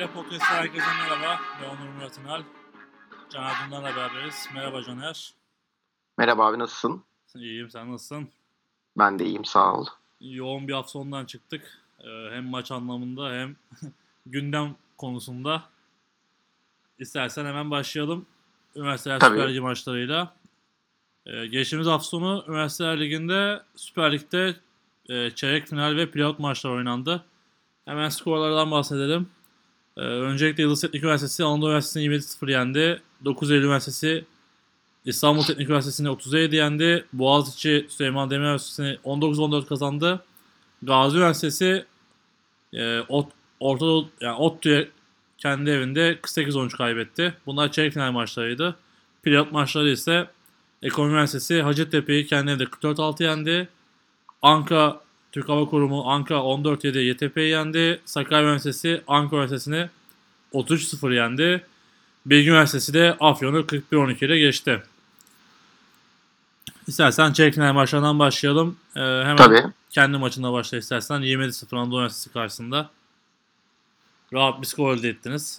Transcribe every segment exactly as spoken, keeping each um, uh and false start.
T R Podcast'ta herkese merhaba. Ben Onur Murat İnal. Caner Dundar'la beraberiz. Merhaba Caner. Merhaba abi, nasılsın? İyiyim, sen nasılsın? Ben de iyiyim, sağ ol. Yoğun bir hafta sonundan çıktık. Ee, hem maç anlamında hem gündem konusunda. İstersen hemen başlayalım. Üniversiteler Tabii. Süper Ligi maçlarıyla. Ee, geçtiğimiz hafta sonu Üniversiteler Ligi'nde Süper Lig'de e, çeyrek final ve playoff maçlar oynandı. Hemen skorlardan bahsedelim. Ee, öncelikle Yıldız Teknik Üniversitesi Anadolu Üniversitesi'ni yirmi yedi sıfır yendi. dokuz Eylül Üniversitesi İstanbul Teknik Üniversitesi'ni otuz yedi yendi. Boğaziçi Süleyman Demirel Üniversitesi'ni on dokuz on dört kazandı. Gazi Üniversitesi e, Ot, Orta Doğu, yani ODTÜ'ye kendi evinde kırk sekiz on üç kaybetti. Bunlar çeyrek final maçlarıydı. Playoff maçları ise Ekonomi Üniversitesi Hacettepe'yi kendi evinde kırk dört altı yendi. Anka Türk Hava Kurumu Anka on dört yedi Y T P'yi yendi. Sakarya Üniversitesi Ankara Üniversitesi'ni otuz üç sıfır yendi. Bilgi Üniversitesi de Afyon'u kırk bir on iki ile geçti. İstersen çeyrek final maçlarından başlayalım. Ee, hemen Tabii. kendi maçına başla istersen. yirmi yedi sıfır Anadolu Üniversitesi karşısında. Rahat bir skor elde ettiniz.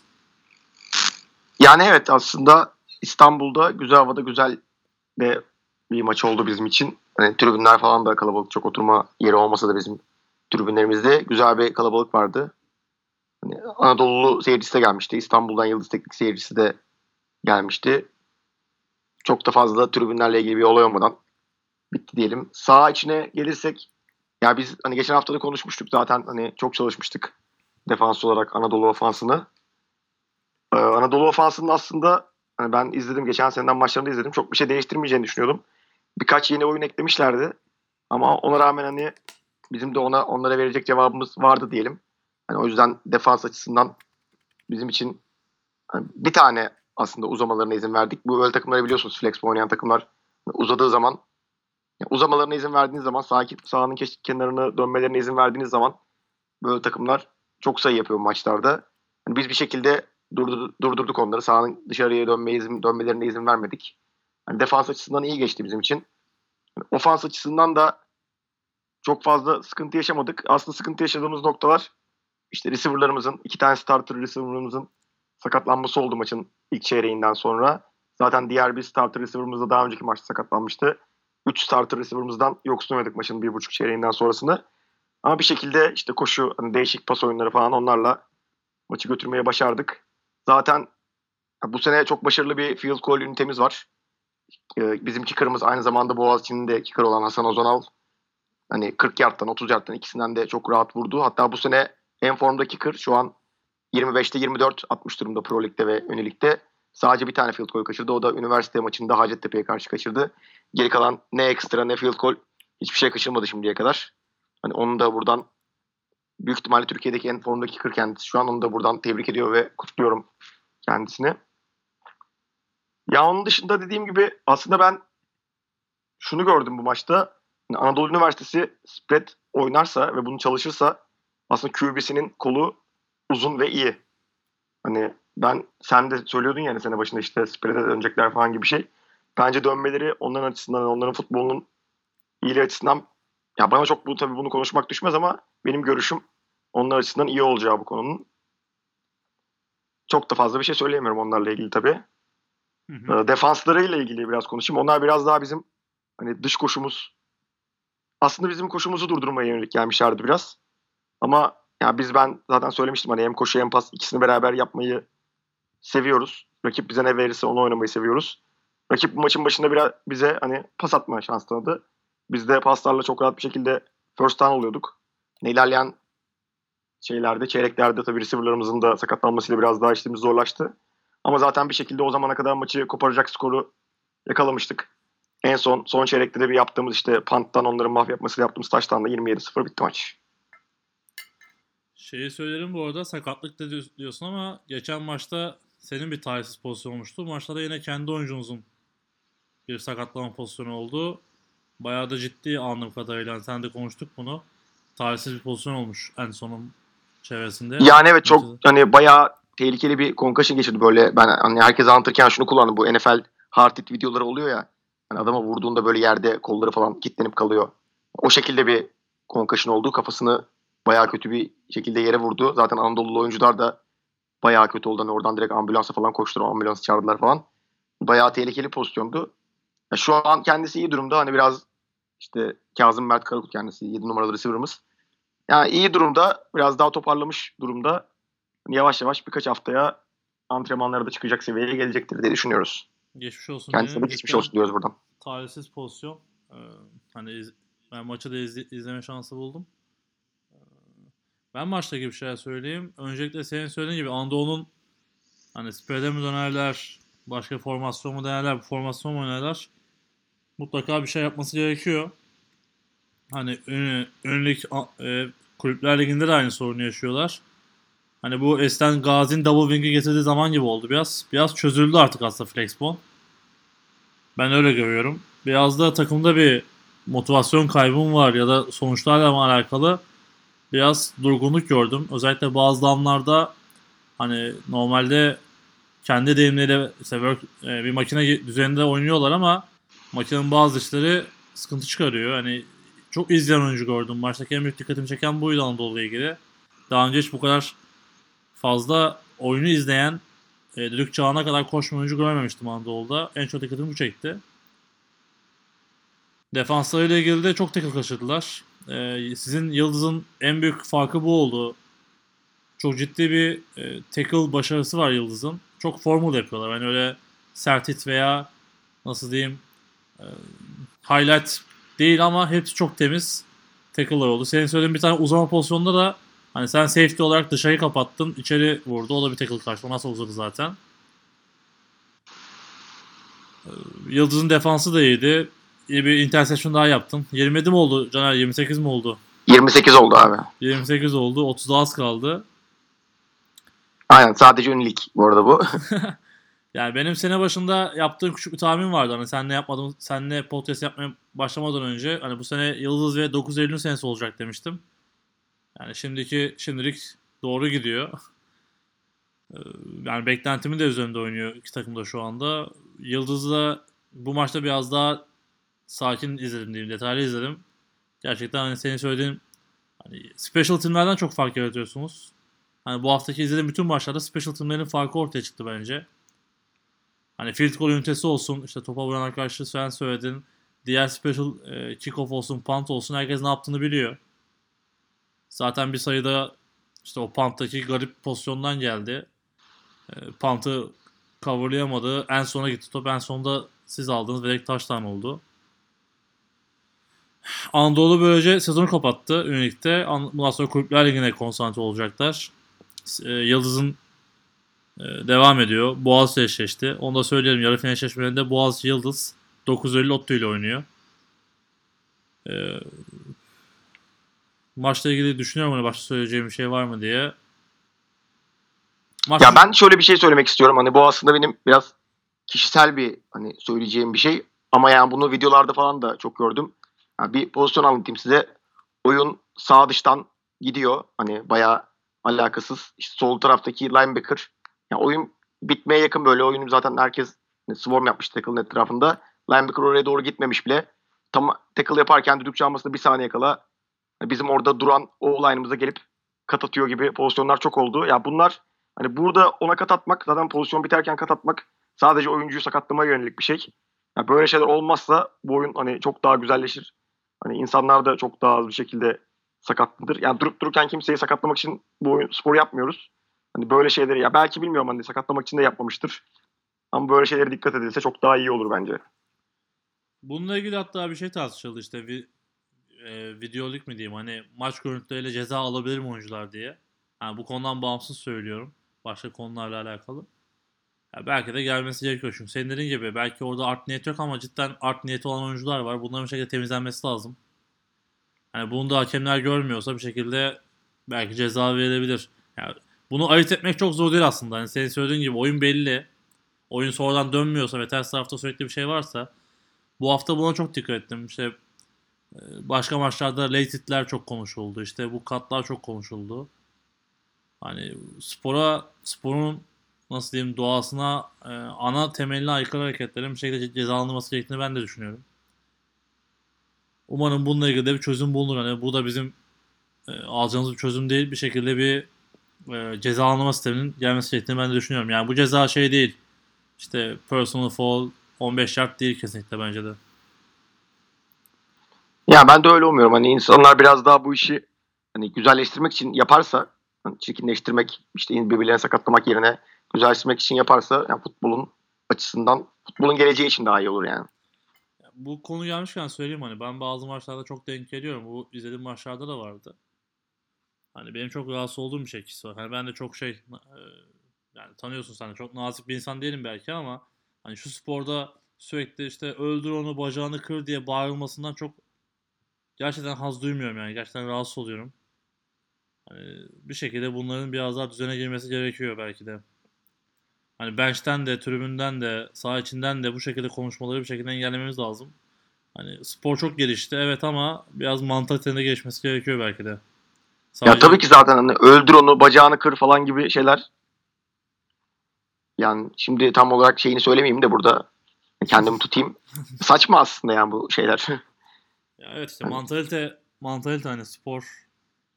Yani evet, aslında İstanbul'da güzel havada güzel bir, bir maç oldu bizim için. Hani tribünler falan da kalabalık, çok oturma yeri olmasa da bizim tribünlerimizde güzel bir kalabalık vardı. Hani Anadolu seyircisi de gelmişti. İstanbul'dan Yıldız Teknik seyircisi de gelmişti. Çok da fazla tribünlerle ilgili bir olay olmadan bitti diyelim. Saha içine gelirsek, ya biz hani geçen hafta da konuşmuştuk zaten, hani çok çalışmıştık defans olarak Anadolu ofansını. Ee, Anadolu ofansının aslında hani ben izledim, geçen seneden maçlarını izledim. Çok bir şey değiştirmeyeceğini düşünüyordum. Birkaç yeni oyun eklemişlerdi. Ama ona rağmen hani bizim de ona onlara verecek cevabımız vardı diyelim. Hani o yüzden defans açısından bizim için hani bir tane aslında uzamalarına izin verdik. Bu öyle takımları biliyorsunuz, flex oynayan takımlar uzadığı zaman, uzamalarına izin verdiğiniz zaman, sağ, sahanın kenarına dönmelerine izin verdiğiniz zaman böyle takımlar çok sayı yapıyor maçlarda. Yani biz bir şekilde durdur, durdurduk onları. Sahanın dışarıya dönmeye izin, dönmelerine izin vermedik. Yani defans açısından iyi geçti bizim için. Yani ofans açısından da çok fazla sıkıntı yaşamadık. Aslında sıkıntı yaşadığımız noktalar işte receiver'larımızın, iki tane starter receiver'ımızın sakatlanması oldu maçın ilk çeyreğinden sonra. Zaten diğer bir starter receiver'ımız da daha önceki maçta sakatlanmıştı. üç starter receiver'ımızdan yoksun oynadık maçın bir buçuk çeyreğinden sonrasını. Ama bir şekilde işte koşu, hani değişik pas oyunları falan, onlarla maçı götürmeye başardık. Zaten bu sene çok başarılı bir field goal ünitemiz var. Ee, bizim kicker'ımız aynı zamanda Boğaziçi'nin de kicker olan Hasan Ozanal. Hani kırk yardtan, otuz yardtan ikisinden de çok rahat vurdu. Hatta bu sene en formda kicker. Şu an yirmi beşte yirmi dört atmış durumda Pro Lig'de ve Ünlü Lig'de. Sadece bir tane field goal kaçırdı. O da üniversite maçında Hacettepe'ye karşı kaçırdı. Geri kalan ne ekstra ne field goal, hiçbir şey kaçırmadı şimdiye kadar. Hani onu da buradan, büyük ihtimalle Türkiye'deki en formdaki kicker kendisi şu an, onu da buradan tebrik ediyor ve kutluyorum kendisini. Ya onun dışında dediğim gibi aslında ben şunu gördüm bu maçta. Yani Anadolu Üniversitesi spread oynarsa ve bunu çalışırsa aslında Q B'sinin kolu uzun ve iyi. Hani ben, sen de söylüyordun yani sene başında işte spread'e dönecekler falan gibi bir şey. Bence dönmeleri onların açısından, onların futbolunun iyiliği açısından, ya bana çok bu tabii bunu konuşmak düşmez ama benim görüşüm onlar açısından iyi olacağı bu konunun. Çok da fazla bir şey söyleyemiyorum onlarla ilgili tabii. Hı hı. Defanslarıyla ilgili biraz konuşayım. Onlar biraz daha bizim hani dış koşumuz. Aslında bizim koşumuzu durdurmaya yönelik gelmişlerdi biraz. Ama ya biz, ben zaten söylemiştim hani hem koşu hem pas ikisini beraber yapmayı seviyoruz. Rakip bize ne verirse onu oynamayı seviyoruz. Rakip bu maçın başında biraz bize hani pas atma şans tanıdı. Biz de paslarla çok rahat bir şekilde first down oluyorduk. Yani ilerleyen şeylerde, çeyreklerde tabii receiver'larımızın da sakatlanmasıyla biraz daha işlerimiz zorlaştı. Ama zaten bir şekilde o zamana kadar maçı koparacak skoru yakalamıştık. En son son çeyrekte de bir yaptığımız işte punt'tan onların mahv yapmasıyla yaptığımız touchdown'la yirmi yedi sıfır bitti maç. Şeyi söylerim bu arada, sakatlık da diyorsun ama geçen maçta senin bir talihsiz pozisyon olmuştu. Maçta da yine kendi oyuncunuzun bir sakatlanma pozisyonu oldu. Bayağı da ciddi anladığım kadarıyla. Yani sen de konuştuk bunu. Talihsiz bir pozisyon olmuş en sonun çevresinde. Yani evet, çok Maçı... hani bayağı tehlikeli bir concussion geçirdi böyle. Ben hani herkese anlatırken şunu kullandım. Bu N F L hard hit videoları oluyor ya. Hani adama vurduğunda böyle yerde kolları falan kilitlenip kalıyor. O şekilde bir concussion oldu. Kafasını bayağı kötü bir şekilde yere vurdu. Zaten Anadolu'lu oyuncular da bayağı kötü oldu. Hani oradan direkt ambulansa falan koştular. Ambulans çağırdılar falan. Bayağı tehlikeli pozisyondu. Ya şu an kendisi iyi durumda. Hani biraz işte Kazım Mert Karakurt kendisi yedi numaralı receiver'ımız. Yani iyi durumda. Biraz daha toparlamış durumda. Hani yavaş yavaş birkaç haftaya antrenmanlara da çıkacak seviyeye gelecektir diye düşünüyoruz. Geçmiş olsun Kendisine de diyelim. geçmiş Cidden olsun diyoruz buradan. talihsiz pozisyon. Ee, hani iz- ben maçı da izle- izleme şansı buldum. Ee, ben maçtaki bir şeyler söyleyeyim. Öncelikle senin söylediğin gibi Anadolu'nun hani spread'e mi dönerler, başka formasyon mu denerler, bu formasyon mu oynarlar? Mutlaka bir şey yapması gerekiyor. Hani ön, önlük e, kulüpler liginde de aynı sorunu yaşıyorlar. Hani bu Esten Gazi'nin double wing'i getirdiği zaman gibi oldu biraz. Biraz çözüldü artık aslında flexbone. Ben öyle görüyorum. Biraz da takımda bir motivasyon kaybım var ya da sonuçlarla mı alakalı biraz durgunluk gördüm. Özellikle bazı damlarda hani normalde kendi deyimleriyle işte work, e, bir makine düzeninde oynuyorlar ama makinenin bazı işleri sıkıntı çıkarıyor. Hani çok izleyen oyuncu gördüm. Maçtaki en büyük dikkatimi çeken buydu Anadolu'ya ilgili. Daha önce hiç bu kadar fazla oyunu izleyen e, düdük çağına kadar koşma oyuncu görmemiştim Anadolu'da. En çok dikkatimi bu çekti. Defanslarıyla ilgili de çok tackle kaçırdılar. Ee, sizin Yıldız'ın en büyük farkı bu oldu. Çok ciddi bir e, tackle başarısı var Yıldız'ın. Çok formal yapıyorlar. Hani öyle sert hit veya nasıl diyeyim e, highlight değil ama hepsi çok temiz tackle'lar oldu. Senin söylediğin bir tane uzama pozisyonunda da hani sen safety olarak dışarıyı kapattın, içeri vurdu. O da bir tackle kaçtı. O nasıl uzadı zaten. Yıldız'ın defansı da iyiydi. İyi bir interception daha yaptın. yirmi yedi mi oldu Caner? yirmi sekiz mi oldu? yirmi sekiz oldu abi. yirmi sekiz oldu. otuza az kaldı. Aynen, sadece ünlük bu arada bu. Yani benim sene başında yaptığım küçük bir tahmin vardı. Hani senle yapmadım, senle podcast yapmaya başlamadan önce hani bu sene Yıldız ve dokuz Eylül senesi olacak demiştim. Yani şimdiki şimdilik doğru gidiyor. Ee, Yani beklentimin de üzerinde oynuyor iki takım da şu anda. Yıldız'la bu maçta biraz daha sakin izledim diyeyim, detaylı izledim. Gerçekten hani senin söylediğin hani special team'lerden çok fark yaratıyorsunuz. Hani bu haftaki izlediğim bütün maçlarda special team'lerin farkı ortaya çıktı bence. Hani field goal ünitesi olsun, işte topa vuran arkadaşlar sen söyledin. Diğer special e, kickoff olsun, punt olsun herkes ne yaptığını biliyor. Zaten bir sayıda işte o punttaki garip pozisyondan geldi. E, punt'ı coverlayamadı. En sona gitti top. En sonunda siz aldınız ve direkt touchdown oldu. Anadolu böylece sezonu kapattı Unique'de. Bundan sonra Kulüpler Ligi'ne konsantre olacaklar. E, Yıldız'ın e, devam ediyor. Boğaziçi eşleşti. Onu da söyleyelim. Yarı final eşleşmelerinde Boğaziçi Yıldız dokuz Eylül Ottu ile oynuyor. E, maçla ilgili düşünüyorum hani başka söyleyeceğim bir şey var mı diye. Maç... Ya ben şöyle bir şey söylemek istiyorum. Hani bu aslında benim biraz kişisel bir hani söyleyeceğim bir şey. Ama yani bunu videolarda falan da çok gördüm. Yani bir pozisyon anlatayım size. Oyun sağ dıştan gidiyor. Hani bayağı alakasız. İşte sol taraftaki linebacker. Yani oyun bitmeye yakın böyle. Oyunu zaten herkes hani swarm yapmış tackle'ın etrafında. Linebacker oraya doğru gitmemiş bile. Tam tackle yaparken düdük çalmasında bir saniye kala bizim orada duran o line'ımıza gelip kat atıyor gibi pozisyonlar çok oldu. Ya yani bunlar hani burada ona kat atmak, zaten pozisyon biterken kat atmak sadece oyuncuyu sakatlamaya yönelik bir şey. Yani böyle şeyler olmazsa bu oyun hani çok daha güzelleşir. Hani insanlar da çok daha az bir şekilde sakatlanır. Yani durup dururken kimseyi sakatlamak için bu oyun spor yapmıyoruz. Hani böyle şeyleri ya belki bilmiyorum hani sakatlamak için de yapmamıştır. Ama böyle şeylere dikkat edilse çok daha iyi olur bence. Bununla ilgili hatta bir şey tartışıldı işte vi, e, videoluk mu diyeyim hani maç görüntüleriyle ceza alabilir mi oyuncular diye. Yani bu konudan bağımsız söylüyorum. Başka konularla alakalı. Ya belki de gelmesi gerekiyor çünkü senin dediğin gibi belki orada art niyeti yok ama cidden art niyeti olan oyuncular var. Bunların bir şekilde temizlenmesi lazım. Yani bunu da hakemler görmüyorsa bir şekilde belki ceza verilebilir. Yani bunu ayırt etmek çok zor değil aslında. Hani senin söylediğin gibi oyun belli. Oyun sonradan dönmüyorsa ve ters tarafta sürekli bir şey varsa bu hafta buna çok dikkat ettim. İşte e, başka maçlarda late hitler çok konuşuldu. İşte bu katlar çok konuşuldu. Hani spora, sporun nasıl diyeyim doğasına, e, ana temeline aykırı hareketlerin bir şekilde cezalandırılması gerektiğini ben de düşünüyorum. Umarım bununla ilgili de bir çözüm bulunur. Hani bu da bizim e, alacağımız bir çözüm değil. Bir şekilde bir e, cezalandırma sisteminin gelmesi gerektiğini ben de düşünüyorum. Yani bu ceza şey değil. İşte personal foul on beş yard değil kesinlikle bence de. Ya ben de öyle umuyorum. Hani insanlar biraz daha bu işi hani güzelleştirmek için yaparsa, hani çirkinleştirmek, işte birbirlerini sakatlamak yerine güzelleştirmek için yaparsa, yani futbolun açısından, futbolun geleceği için daha iyi olur yani. Bu konu gelmişken söyleyeyim, hani ben bazı maçlarda çok denk geliyorum. Bu izlediğim maçlarda da vardı. Hani benim çok rahatsız olduğum bir şey ikisi var. Hani ben de çok şey e, yani tanıyorsun sen de, çok nazik bir insan değilim belki ama hani şu sporda sürekli işte öldür onu, bacağını kır diye bağırılmasından çok gerçekten haz duymuyorum yani. Gerçekten rahatsız oluyorum. Hani bir şekilde bunların biraz daha düzene girmesi gerekiyor belki de. Hani bench'ten de, tribünden de, saha içinden de bu şekilde konuşmaları bir şekilde engellememiz lazım. Hani spor çok gelişti evet, ama biraz mantalitenin de gelişmesi gerekiyor belki de. Ya Sadece tabii ki zaten hani öldür onu, bacağını kır falan gibi şeyler, yani şimdi tam olarak şeyini söylemeyeyim de burada kendimi tutayım. Saçma aslında yani bu şeyler. ya evet, işte Hani, mantalite mantalite hani spor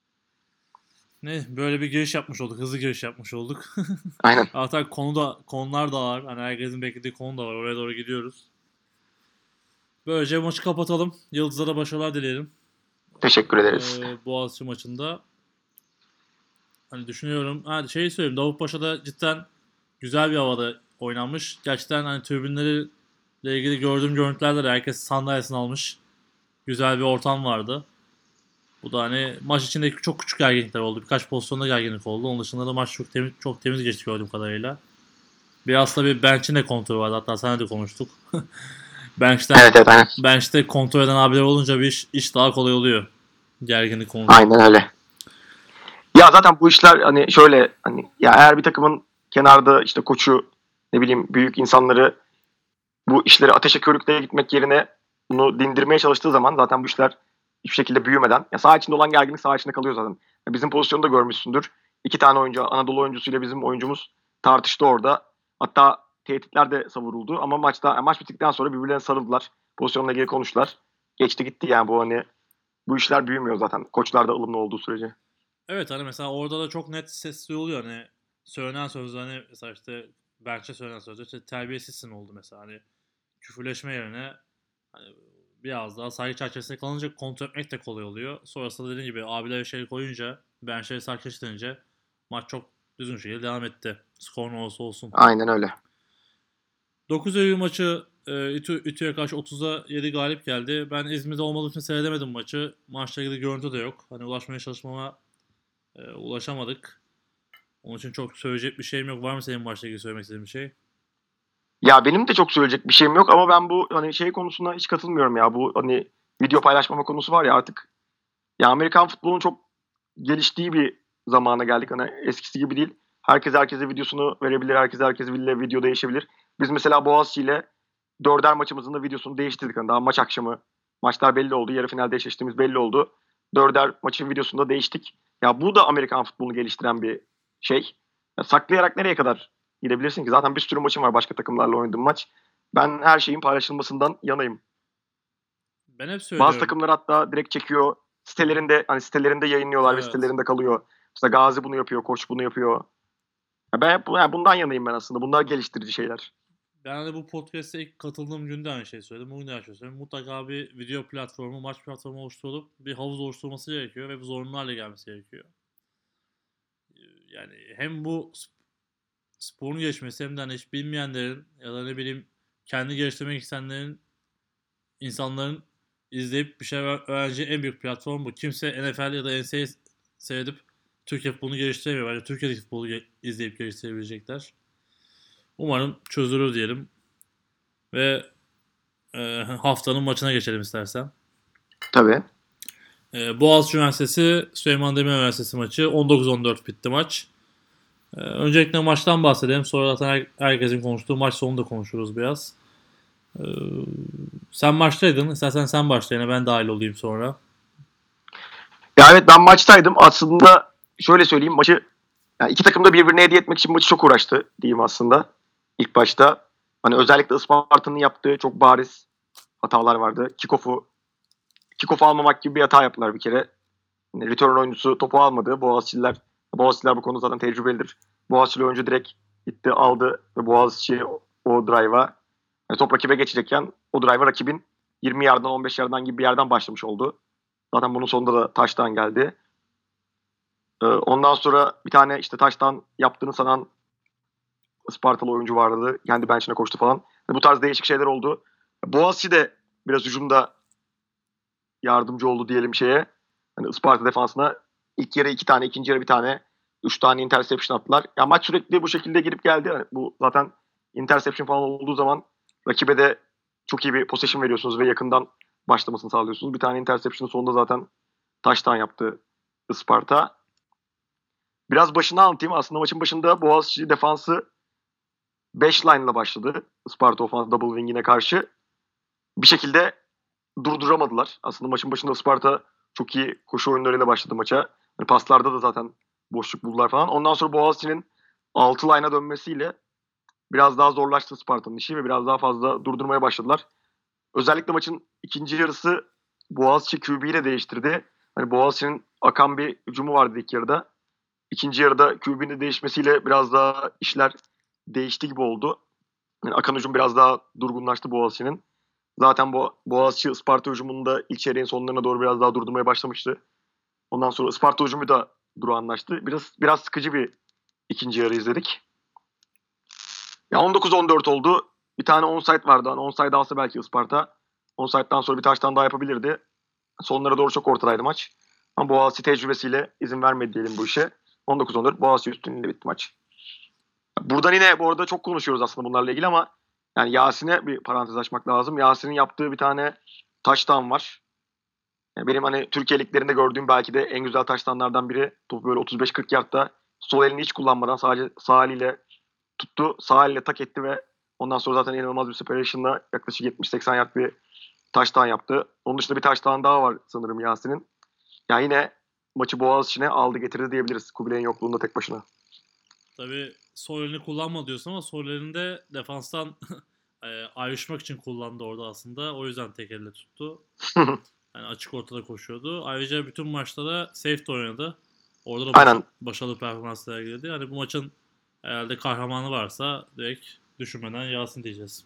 ne, böyle bir giriş yapmış olduk. Hızlı giriş yapmış olduk. aynen. Hatta konu da, konular da var. Hani herkesin beklediği konu da var. Oraya doğru gidiyoruz. Böylece maçı kapatalım. Yıldızlara başarılar dileyelim. Teşekkür ederiz. Ee, Boğaziçi maçında. Hani düşünüyorum. Ha, şeyi söyleyeyim. Davutpaşa'da cidden güzel bir havada oynanmış. Gerçekten hani tribünleriyle ilgili gördüğüm görüntülerde de herkes sandalyesini almış. Güzel bir ortam vardı. Bu da hani maç içinde çok küçük gerginlikler oldu. Birkaç pozisyonda gerginlik oldu. Onun dışında da maç çok temiz, çok temiz geçti gördüğüm kadarıyla. Biraz tabii bench'in de kontrolü vardı. Hatta seninle de konuştuk. Bench'ten Evet evet aynen. bench'te kontrol eden abiler olunca bir iş, iş daha kolay oluyor. Gerginlik konusunda. Aynen öyle. Ya zaten bu işler hani şöyle, hani ya eğer bir takımın kenarda işte koçu, ne bileyim büyük insanları bu işleri ateşe körükle gitmek yerine bunu dindirmeye çalıştığı zaman zaten bu işler hiçbir şekilde büyümeden, ya saha içinde olan gerginlik saha içinde kalıyor zaten. Ya bizim pozisyonu da görmüşsündür. İki tane oyuncu, Anadolu oyuncusuyla bizim oyuncumuz tartıştı orada. Hatta tehditler de savuruldu ama maçta yani maç bittikten sonra birbirlerine sarıldılar. Pozisyonla ilgili konuştular. Geçti gitti yani, bu hani bu işler büyümüyor zaten. Koçlar da ılımlı olduğu sürece. Evet, hani mesela orada da çok net ses duyuluyor. Hani söylenen sözler, hani mesela işte bench'e söylenen sözler işte terbiyesizsin oldu mesela. Hani küfürleşme yerine hani biraz daha saygı çerçevesinde kalınca kontrol etmek de kolay oluyor. Sonrasında dediğim gibi abiler şey koyunca, bench'e sakinleştirince maç çok düzgün şekilde devam etti. Skor ne olursa olsun. Aynen öyle. dokuz Eylül maçı e, İTÜ, İTÜ'ye karşı otuza yedi galip geldi. Ben İzmir'de olmadığım için seyredemedim maçı. Maçla ilgili görüntü de yok. Hani ulaşmaya çalışmama e, ulaşamadık. Onun için çok söyleyecek bir şeyim yok. Var mı senin maçla ilgili söylemek istediğin bir şey? Ya benim de çok söyleyecek bir şeyim yok ama ben bu hani şey konusuna hiç katılmıyorum ya. Bu hani video paylaşmama konusu var ya artık. Ya Amerikan futbolunun çok geliştiği bir zamana geldik. Hani eskisi gibi değil. Herkes herkese videosunu verebilir. Herkes herkese video değişebilir. Biz mesela Boğaziçi ile dörder maçımızın da videosunu değiştirdik. Hani daha maç akşamı maçlar belli oldu. Yarı finalde eşleştiğimiz belli oldu. Dörder maçın videosunu da değiştik. Ya bu da Amerikan futbolunu geliştiren bir şey. Ya saklayarak nereye kadar gidebilirsin ki? Zaten bir sürü maçım var başka takımlarla oynadığım maç. Ben her şeyin paylaşılmasından yanayım. Ben hep Bazı söylüyorum. takımlar hatta direkt çekiyor. Sitelerinde hani sitelerinde yayınlıyorlar ve Evet. sitelerinde kalıyor. İşte Gazi bunu yapıyor, Koç bunu yapıyor. Ya ben hep yani bundan yanayım ben aslında. Bunlar geliştirici şeyler. Ben de bu podcast'e ilk katıldığım günde aynı şeyi söyledim. Bugün de aynı şeyi söylüyorum. Mutlaka bir video platformu, maç platformu oluşturulup bir havuz oluşturulması gerekiyor ve bu zorunlu hale gelmesi gerekiyor. Ee, Yani hem bu sp- sporun gelişmesi hem de hani hiç bilmeyenlerin ya da ne bileyim kendi geliştirmek isteyenlerin, insanların izleyip bir şey öğreneceği en büyük platform bu. Kimse N F L ya da N C A A seyredip Türkiye futbolunu geliştiremiyor. Bence Türkiye'deki futbolu ge- izleyip geliştirebilecekler. Umarım çözülür diyelim. Ve e, haftanın maçına geçelim istersen. Tabii. E, Boğaziçi Üniversitesi Süleyman Demirel Üniversitesi maçı on dokuz on dört bitti maç. E, öncelikle maçtan bahsedelim. Sonra zaten her- herkesin konuştuğu maç sonunda konuşuruz biraz. E, Sen maçtaydın. İstersen sen başla, yine ben dahil olayım sonra. Ya evet, ben maçtaydım. Aslında şöyle söyleyeyim, maçı yani iki takım da birbirine hediye etmek için maçı çok uğraştı diyeyim aslında. İlk başta hani özellikle Isparta'nın yaptığı çok bariz hatalar vardı. Kickoff'u kickoff almamak gibi bir hata yaptılar bir kere. Yani return oyuncusu topu almadı. Boğaziçi'liler Boğaziçi'ler bu konuda zaten tecrübelidir. Boğaziçi'li oyuncu direkt gitti aldı ve Boğaziçi o, o drive'a yani top rakibe geçecekken o drive'a rakibin yirmi yardan on beş yardan gibi bir yerden başlamış oldu. Zaten bunun sonunda da taştan geldi. Ee, ondan sonra bir tane işte taştan yaptığını sanan Ispartalı oyuncu vardı. Kendi bench'ine koştu falan. Yani bu tarz değişik şeyler oldu. Boğaziçi de biraz hücumda yardımcı oldu diyelim şeye. Hani Isparta defansına ilk yarı iki tane, ikinci yarı bir tane, üç tane interception attılar. Ya maç sürekli bu şekilde girip geldi. Yani bu zaten interception falan olduğu zaman rakibe de çok iyi bir possession veriyorsunuz ve yakından başlamasını sağlıyorsunuz. Bir tane interception'ın sonunda zaten taştan yaptı Isparta. Biraz başını anlatayım. Aslında maçın başında Boğaziçi defansı beş line ile başladı. Isparta ofans double wing'ine karşı. Bir şekilde durduramadılar. Aslında maçın başında Isparta çok iyi koşu oyunlarıyla başladı maça. Yani paslarda da zaten boşluk buldular falan. Ondan sonra Boğaziçi'nin altı line'a dönmesiyle biraz daha zorlaştı Isparta'nın işi ve biraz daha fazla durdurmaya başladılar. Özellikle maçın ikinci yarısı Boğaziçi Q B ile değiştirdi. Hani Boğaziçi'nin akan bir hücumu vardı ilk yarıda. İkinci yarıda Q B'nin değişmesiyle biraz daha işler değişti gibi oldu. Yani akan hücum biraz daha durgunlaştı Boğaziçi'nin. Zaten bu Boğaziçi Isparta hücumunda ilk çeyreğin sonlarına doğru biraz daha durdurmaya başlamıştı. Ondan sonra Isparta hücumu da durağanlaştı. Biraz biraz sıkıcı bir ikinci yarı izledik. Ya on dokuz on dört oldu. Bir tane onside vardı. Hani onside alsa belki Isparta. Onside'dan sonra bir taştan daha yapabilirdi. Sonlara doğru çok ortadaydı maç. Ama Boğaziçi tecrübesiyle izin vermedi diyelim bu işe. on dokuz on dört Boğaziçi üstünlüğüyle bitti maç. Buradan yine bu arada çok konuşuyoruz aslında bunlarla ilgili ama yani Yasin'e bir parantez açmak lazım. Yasin'in yaptığı bir tane touchdown var. Yani benim hani Türkiye liglerinde gördüğüm belki de en güzel touchdownlardan biri. Topu böyle otuz beş kırk yardta sol elini hiç kullanmadan sadece sağ eliyle tuttu. Sağ eliyle tak etti ve ondan sonra zaten inanılmaz bir separation'la yaklaşık yetmiş seksen yard bir touchdown yaptı. Onun dışında bir touchdown daha var sanırım Yasin'in. Yani yine maçı Boğaziçi'ne aldı getirdi diyebiliriz. Kubilay'ın yokluğunda tek başına. Tabii sol elini kullanma diyorsun ama sol elinde defanstan e, ayrışmak için kullandı orada aslında. O yüzden tek elle tuttu. Yani açık ortada koşuyordu. Ayrıca bütün maçlarda safety oynadı. Orada da baş, başarılı performanslar girdi. Yani bu maçın herhalde kahramanı varsa direkt düşünmeden Yasin diyeceğiz.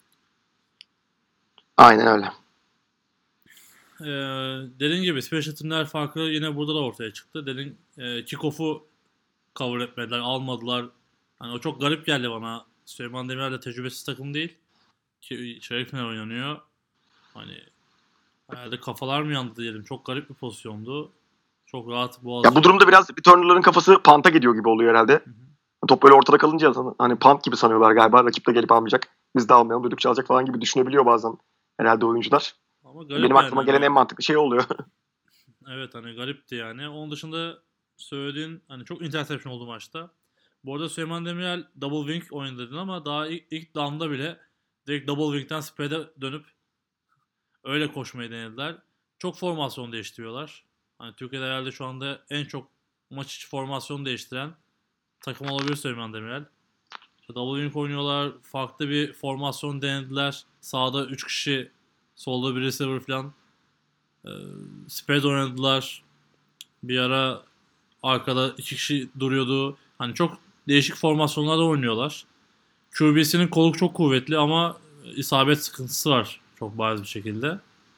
Aynen öyle. Ee, dediğin gibi special teamler farkı yine burada da ortaya çıktı. Dediğin e, kickoff'u cover etmediler, almadılar. Hani o çok garip geldi bana. Süleyman Demirel de tecrübesiz takım değil. Ki çeyrek final oynanıyor. Hani herhalde kafalar mı yandı diyelim. Çok garip bir pozisyondu. Çok rahat boğaz. Ya bu durumda biraz returner'ların kafası panta gidiyor gibi oluyor herhalde. Hı hı. Top böyle ortada kalınca hani punt gibi sanıyorlar galiba. Rakip de gelip almayacak. Biz de almayalım. Düdük çalacak falan gibi düşünebiliyor bazen herhalde oyuncular. Ama benim aklıma yani gelen en mantıklı şey oluyor. Evet hani garipti yani. Onun dışında söylediğin hani çok interception oldu maçta. Bu arada Süleyman Demirel double wing oynadı dedin ama daha ilk, ilk down'da bile direkt double wing'den spread'e dönüp öyle koşmayı denediler. Çok formasyon değiştiriyorlar. Hani Türkiye'de herhalde şu anda en çok maç içi formasyon değiştiren takım olabilir Süleyman Demirel. İşte double wing oynuyorlar. Farklı bir formasyon denediler. Sağda üç kişi, solda bir receiver falan. E, spread oynadılar. Bir ara arkada iki kişi duruyordu. Hani çok değişik formasyonlarda oynuyorlar. Q B'sinin kolu çok kuvvetli ama isabet sıkıntısı var çok bariz bir şekilde.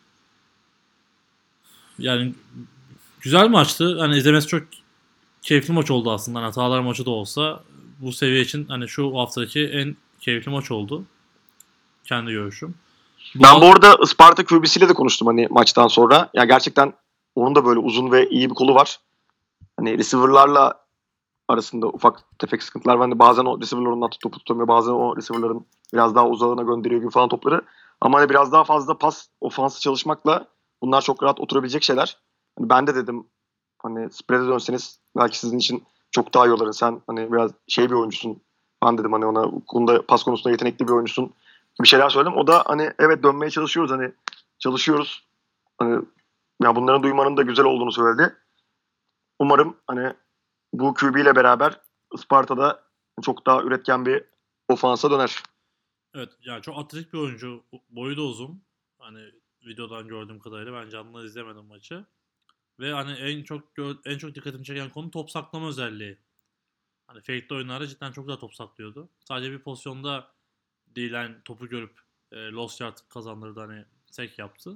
Yani güzel maçtı. Hani izlemesi çok keyifli maç oldu aslında. Hani hatalar maçı da olsa bu seviye için hani şu haftaki en keyifli maç oldu. Kendi görüşüm. Bu ben bu arada Isparta Q B'siyle de konuştum hani maçtan sonra. Ya yani gerçekten onun da böyle uzun ve iyi bir kolu var. Hani receiver'larla arasında ufak tefek sıkıntılar var. Hani bazen o receiver'ların atı topu tutamıyor. Bazen o receiver'ların biraz daha uzağına gönderiyor gibi falan topları. Ama hani biraz daha fazla pas ofansı çalışmakla bunlar çok rahat oturabilecek şeyler. Hani ben de dedim hani spread'e dönseniz belki sizin için çok daha iyi olur. Sen hani biraz şey bir oyuncusun. Ben dedim hani ona konuda pas konusunda yetenekli bir oyuncusun gibi şeyler söyledim. O da hani evet dönmeye çalışıyoruz hani çalışıyoruz. Hani ya bunların duymanın da güzel olduğunu söyledi. Umarım hani bu Q B ile beraber Isparta'da çok daha üretken bir ofansa döner. Evet yani çok atletik bir oyuncu. Boyu da uzun. Hani videodan gördüğüm kadarıyla ben canlı izlemedim maçı. Ve hani en çok gö- en çok dikkatimi çeken konu top saklama özelliği. Hani fake'li oyunlarda cidden çok güzel top saklıyordu. Sadece bir pozisyonda değilen topu görüp e, lost yard kazandırdı, hani sek yaptı.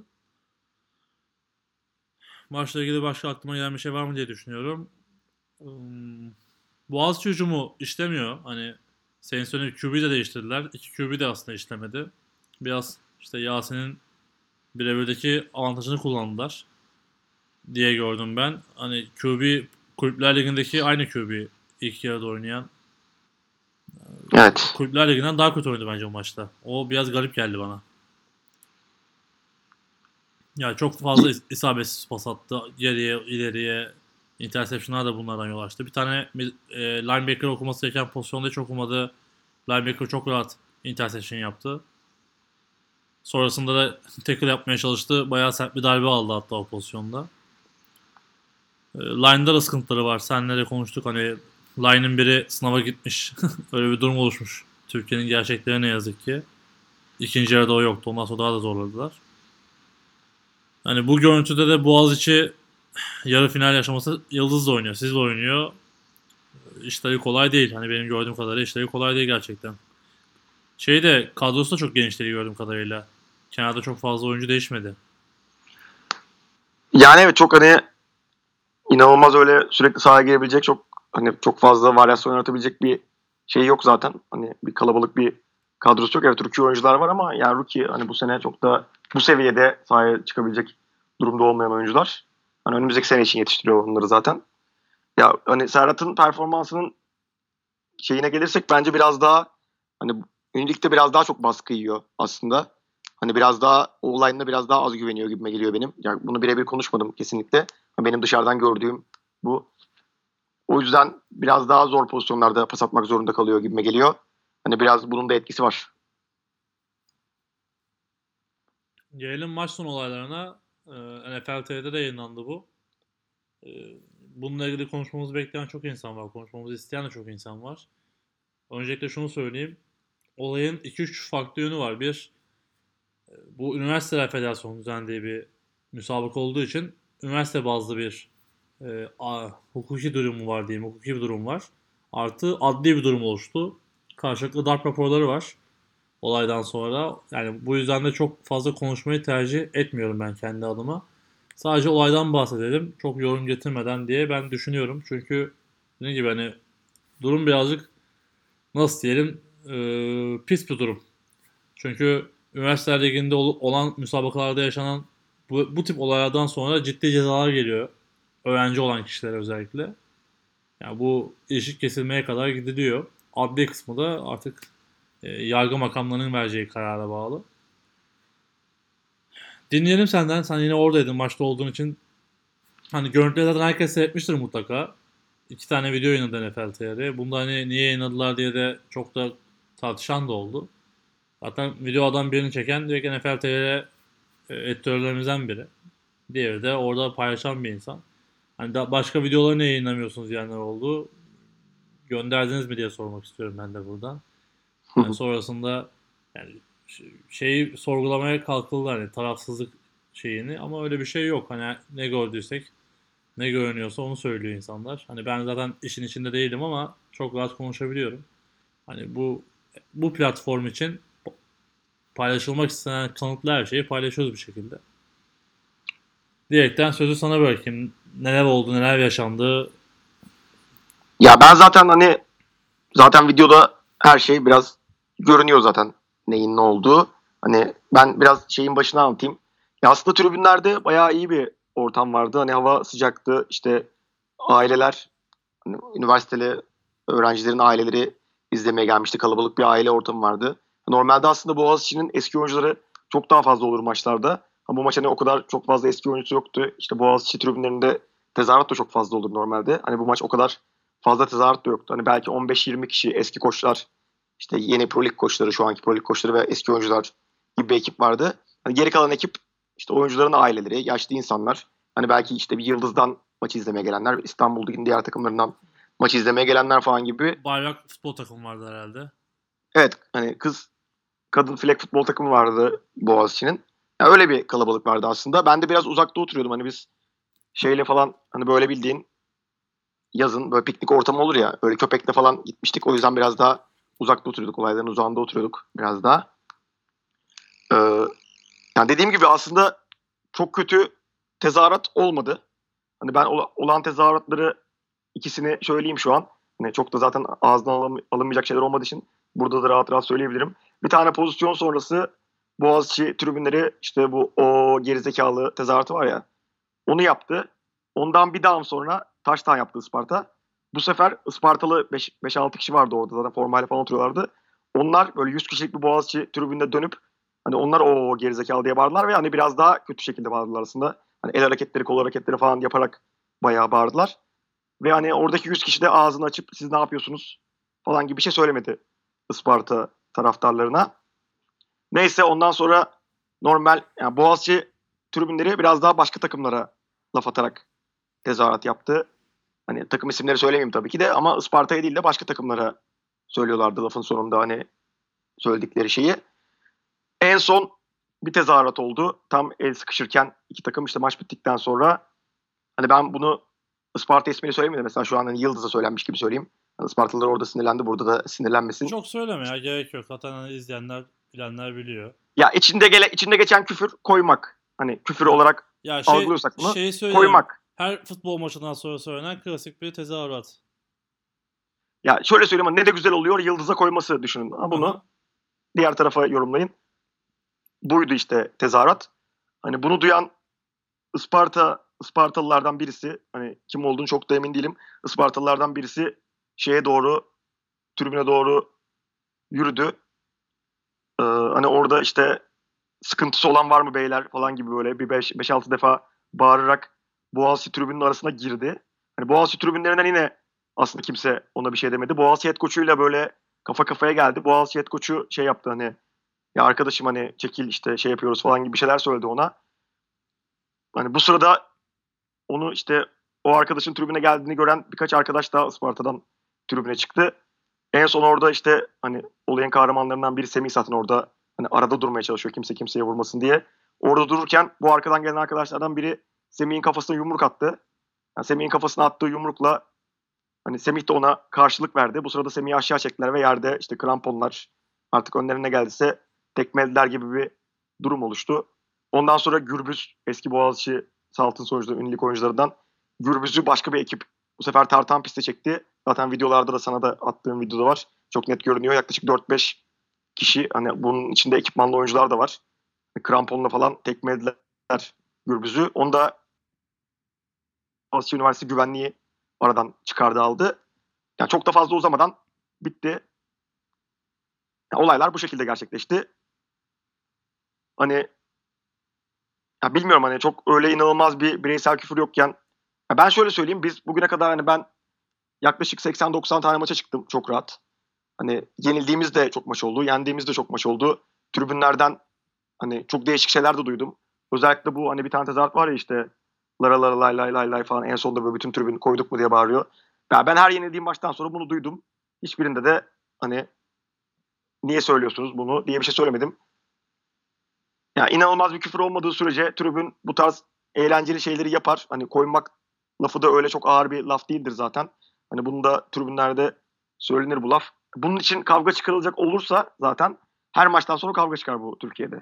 Maçla ilgili başka aklıma gelen bir şey var mı diye düşünüyorum. Hmm, Boğaziçi hücumu işlemiyor. Hani senin söylediğin Q B'yi de değiştirdiler. İki Q B de aslında işlemedi. Biraz işte Yasin'in birebirdeki avantajını kullandılar diye gördüm ben. Hani Q B Kulüpler Ligi'ndeki aynı Q B ilk yarıda oynayan. Evet. Kulüpler Ligi'nden daha kötü oynadı bence o maçta. O biraz garip geldi bana. Yani çok fazla is- isabetsiz pas attı. Geriye, ileriye. Interception'lar da bunlardan yol açtı. Bir tane e, linebacker okuması gereken pozisyonda hiç okumadı. Linebacker çok rahat interception yaptı. Sonrasında da tackle yapmaya çalıştı. Bayağı sert bir darbe aldı hatta o pozisyonda. E, line'da da sıkıntıları var. Senle de konuştuk. Hani line'ın biri sınava gitmiş. Öyle bir durum oluşmuş. Türkiye'nin gerçekleri ne yazık ki. İkinci yarıda o yoktu. Ondan sonra daha da zorladılar. Hani bu görüntüde de Boğaziçi yarı final yaşaması Yıldız'la oynuyor. Sizle oynuyor. İşleri kolay değil. Hani benim gördüğüm kadarıyla işleri kolay değil gerçekten. Şey de kadrosu da çok geniş değil gördüğüm kadarıyla. Kenarda çok fazla oyuncu değişmedi. Yani evet, çok hani inanılmaz öyle sürekli sahaya girebilecek, çok hani çok fazla varyasyon yaratabilecek bir şey yok zaten. Hani bir kalabalık bir kadrosu yok. Evet, rookie oyuncular var ama yani rookie hani bu sene çok da bu seviyede sahaya çıkabilecek durumda olmayan oyuncular. Hani önümüzdeki sene için yetiştiriyor onları zaten. Ya hani Serhat'ın performansının şeyine gelirsek bence biraz daha hani Unileague'de biraz daha çok baskı yiyor aslında. Hani biraz daha o olayına biraz daha az güveniyor gibime geliyor benim. Yani bunu birebir konuşmadım kesinlikle. Benim dışarıdan gördüğüm bu. O yüzden biraz daha zor pozisyonlarda pas atmak zorunda kalıyor gibime geliyor. Hani biraz bunun da etkisi var. Gelelim maç sonu olaylarına. Ee, N F L T V'de de yayınlandı bu. Ee, Bununla ilgili konuşmamızı bekleyen çok insan var. Konuşmamızı isteyen de çok insan var. Öncelikle şunu söyleyeyim. Olayın iki üç farklı yönü var. Bir, bu Üniversiteler Federasyonu düzenlediği bir müsabaka olduğu için üniversite bazlı bir e, a, hukuki durumu var diyeyim. Hukuki bir durum var. Artı adli bir durum oluştu. Karşılıklı darp raporları var olaydan sonra. Yani bu yüzden de çok fazla konuşmayı tercih etmiyorum ben kendi adıma. Sadece olaydan bahsedelim. Çok yorum getirmeden diye ben düşünüyorum. Çünkü ne gibi hani durum birazcık nasıl diyelim e, pis bir durum. Çünkü üniversiteler liginde olan müsabakalarda yaşanan bu, bu tip olaylardan sonra ciddi cezalar geliyor. Öğrenci olan kişilere özellikle. Yani bu ilişik kesilmeye kadar gidiliyor. Adli kısmı da artık e, yargı makamlarının vereceği karara bağlı. Dinleyelim senden. Sen yine oradaydın maçta olduğun için. Hani görüntüleri zaten herkes seyretmiştir mutlaka. İki tane video yayınladı N F L T R. Bunda hani niye yayınladılar diye de çok da tartışan da oldu. Zaten videodan birini çeken direkt N F L T R editörlerimizden biri. Diğeri de orada paylaşan bir insan. Hani da başka videoları niye yayınlamıyorsunuz diyenler oldu. Gönderdiniz mi diye sormak istiyorum ben de buradan. Hani sonrasında yani şeyi sorgulamaya kalkıldı hani tarafsızlık şeyini ama öyle bir şey yok. Hani ne gördüysek ne görünüyorsa onu söylüyor insanlar. Hani ben zaten işin içinde değilim ama çok rahat konuşabiliyorum. Hani bu bu platform için paylaşılmak istenen kanıtlı her şeyi paylaşıyoruz bir şekilde. Diyerekten sözü sana bırakayım. Neler oldu, neler yaşandı. Ya ben zaten hani zaten videoda her şey biraz görünüyor zaten neyin ne olduğu. Hani ben biraz şeyin başına anlatayım. Ya aslında tribünlerde bayağı iyi bir ortam vardı. Hani hava sıcaktı. İşte aileler, hani üniversiteli öğrencilerin aileleri izlemeye gelmişti. Kalabalık bir aile ortamı vardı. Normalde aslında Boğaziçi'nin eski oyuncuları çok daha fazla olur maçlarda. Ama bu maç hani o kadar çok fazla eski oyuncusu yoktu. İşte Boğaziçi tribünlerinde tezahürat da çok fazla olur normalde. Hani bu maç o kadar fazla tezahürat da yoktu. Hani belki on beş yirmi kişi eski koçlar, işte yeni Pro Lig koçları, şu anki Pro Lig koçları ve eski oyuncular gibi bir ekip vardı. Hani geri kalan ekip işte oyuncuların aileleri, yaşlı insanlar. Hani belki işte bir Yıldız'dan maçı izlemeye gelenler, İstanbul'daki diğer takımlarından maçı izlemeye gelenler falan gibi. Bayrak futbol takımı vardı herhalde. Evet, hani kız kadın flag futbol takımı vardı Boğaziçi'nin. Yani öyle bir kalabalık vardı aslında. Ben de biraz uzakta oturuyordum. Hani biz şeyle falan hani böyle bildiğin yazın böyle piknik ortamı olur ya. Öyle köpekle falan gitmiştik. O yüzden biraz daha uzakta oturuyorduk. Olayların uzağında oturuyorduk biraz daha. Ee, yani dediğim gibi aslında çok kötü tezahürat olmadı. Hani ben olan tezahüratları ikisini söyleyeyim şu an. Hani çok da zaten ağızdan alın, alınmayacak şeyler olmadığı için burada da rahat rahat söyleyebilirim. Bir tane pozisyon sonrası Boğaziçi tribünleri işte bu o gerizekalı tezahüratı var ya onu yaptı. Ondan bir daha sonra taştan yaptı Isparta. Bu sefer Ispartalı beş altı kişi vardı orada zaten formayla falan oturuyorlardı. Onlar böyle yüz kişilik bir Boğaziçi tribünde dönüp hani onlar o gerizekalı diye bağırdılar ve hani biraz daha kötü şekilde bağırdılar aslında. Hani el hareketleri, kol hareketleri falan yaparak bayağı bağırdılar. Ve hani oradaki yüz kişi de ağzını açıp siz ne yapıyorsunuz falan gibi bir şey söylemedi Isparta taraftarlarına. Neyse ondan sonra normal yani Boğaziçi tribünleri biraz daha başka takımlara laf atarak tezahürat yaptı. Hani takım isimleri söylemeyeyim tabii ki de ama Isparta'ya değil de başka takımlara söylüyorlardı lafın sonunda hani söyledikleri şeyi. En son bir tezahürat oldu. Tam el sıkışırken iki takım işte maç bittikten sonra hani ben bunu Isparta ismini söylemeyeyim de mesela şu an hani Yıldız'a söylenmiş gibi söyleyeyim. Yani Ispartalılar orada sinirlendi. Burada da sinirlenmesin. Çok söyleme ya, gerek yok. Zaten hani izleyenler bilenler biliyor. Ya içinde gele, içinde geçen küfür koymak. Hani küfür Ha. olarak Ya şey, algılıyorsak bunu şeyi söyleyeyim. koymak. Her futbol maçından sonra söylenen klasik bir tezahürat. Ya şöyle söyleyeyim ama ne de güzel oluyor Yıldız'a koyması düşünün. Ha bunu Aha. diğer tarafa yorumlayın. Buydu işte tezahürat. Hani bunu duyan Isparta Ispartalılardan birisi hani kim olduğunu çok da emin değilim. Ispartalılardan birisi şeye doğru tribüne doğru yürüdü. Ee, hani orada işte sıkıntısı olan var mı beyler falan gibi böyle bir beş altı defa bağırarak Boğaziçi tribünün arasına girdi. Hani Boğaziçi tribünlerinden yine aslında kimse ona bir şey demedi. Boğaziçi head coach'uyla böyle kafa kafaya geldi. Boğaziçi head coach'u şey yaptı hani ya arkadaşım hani çekil işte şey yapıyoruz falan gibi bir şeyler söyledi ona. Hani bu sırada onu işte o arkadaşın tribüne geldiğini gören birkaç arkadaş daha Isparta'dan tribüne çıktı. En son orada işte hani olayın kahramanlarından biri Semih zaten orada hani arada durmaya çalışıyor kimse kimseye vurmasın diye. Orada dururken bu arkadan gelen arkadaşlardan biri Semih'in kafasına yumruk attı. Yani Semih'in kafasına attığı yumrukla hani Semih de ona karşılık verdi. Bu sırada Semih'i aşağı çektiler ve yerde işte kramponlar artık önlerine geldiyse tekmelediler gibi bir durum oluştu. Ondan sonra Gürbüz eski Boğaziçi Salt'ın sonuçta ünlü oyuncularından Gürbüz'ü başka bir ekip bu sefer tartan piste çekti. Zaten videolarda da sana da attığım videoda var. Çok net görünüyor. Yaklaşık dört beş kişi hani bunun içinde ekipmanlı oyuncular da var. Kramponla falan tekmelediler Gürbüz'ü. Onu da Boğaziçi Üniversitesi güvenliği aradan çıkardı aldı. Yani çok da fazla uzamadan bitti. Yani olaylar bu şekilde gerçekleşti. Hani ya bilmiyorum hani çok öyle inanılmaz bir bireysel küfür yokken ya ben şöyle söyleyeyim biz bugüne kadar hani ben yaklaşık seksen doksan tane maça çıktım çok rahat. Hani yenildiğimiz de çok maç oldu, yendiğimiz de çok maç oldu. Tribünlerden hani çok değişik şeyler de duydum. Özellikle bu hani bir tane tezahürat var ya işte lara lara lay lay lay lay falan en sonunda böyle bütün tribün koyduk mu diye bağırıyor. Ya ben her yenildiğim maçtan sonra bunu duydum. Hiçbirinde de hani niye söylüyorsunuz bunu diye bir şey söylemedim. Yani inanılmaz bir küfür olmadığı sürece tribün bu tarz eğlenceli şeyleri yapar. Hani koymak lafı da öyle çok ağır bir laf değildir zaten. Hani bunu da tribünlerde söylenir bu laf. Bunun için kavga çıkarılacak olursa zaten her maçtan sonra kavga çıkar bu Türkiye'de.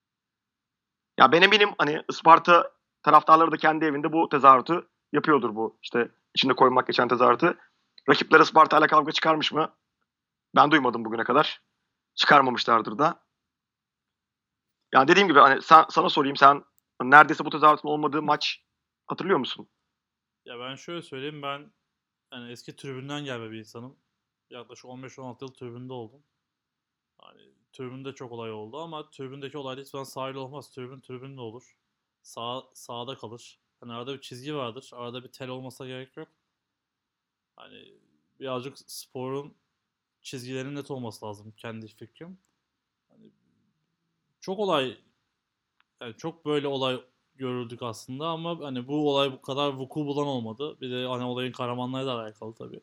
Ya ben eminim hani Isparta taraftarları da kendi evinde bu tezahüratı yapıyordur bu. İşte içinde koymak geçen tezahüratı. Rakipler Isparta ile kavga çıkarmış mı? Ben duymadım bugüne kadar. Çıkarmamışlardır da. Yani dediğim gibi hani sen, sana sorayım sen neredeyse bu tezahüratın olmadığı maç hatırlıyor musun? Ya ben şöyle söyleyeyim, ben yani eski tribünden gelme bir insanım. Yaklaşık on beş on altı yıl tribünde oldum. Hani tribünde çok olay oldu ama tribündeki olay hiçbir zaman sahil olmaz. Tribün tribünde olur. Sağ, sağda kalır. Hani arada bir çizgi vardır. Arada bir tel olmasına gerek yok. Hani birazcık sporun çizgilerinin net olması lazım, kendi fikrim. Hani çok olay, yani çok böyle olay görüldük aslında ama hani bu olay bu kadar vuku bulan olmadı. Bir de hani olayın kahramanlarıyla alakalı tabii.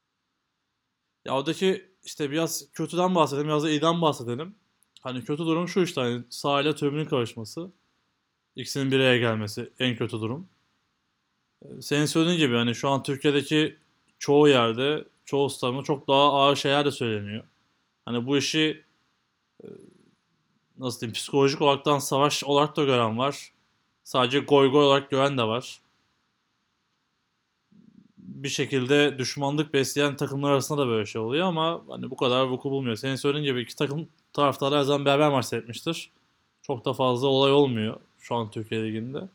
Ya oradaki işte biraz kötüden bahsedelim, biraz da iyiden bahsedelim. Hani kötü durum şu işte, hani sahile tribünün karışması. İkisinin bir araya gelmesi en kötü durum. Senin söylediğin gibi hani şu an Türkiye'deki çoğu yerde, çoğu stadyumda çok daha ağır şeyler de söyleniyor. Hani bu işi nasıl diyeyim psikolojik olaraktan savaş olarak da gören var. Sadece goy goy olarak gören de var. Bir şekilde düşmanlık besleyen takımlar arasında da böyle şey oluyor ama hani bu kadar vuku bulmuyor. Senin söylediğin gibi iki takım taraftarı her zaman beraber maç seyretmiştir. Çok da fazla olay olmuyor şu an Türkiye Ligi'nde.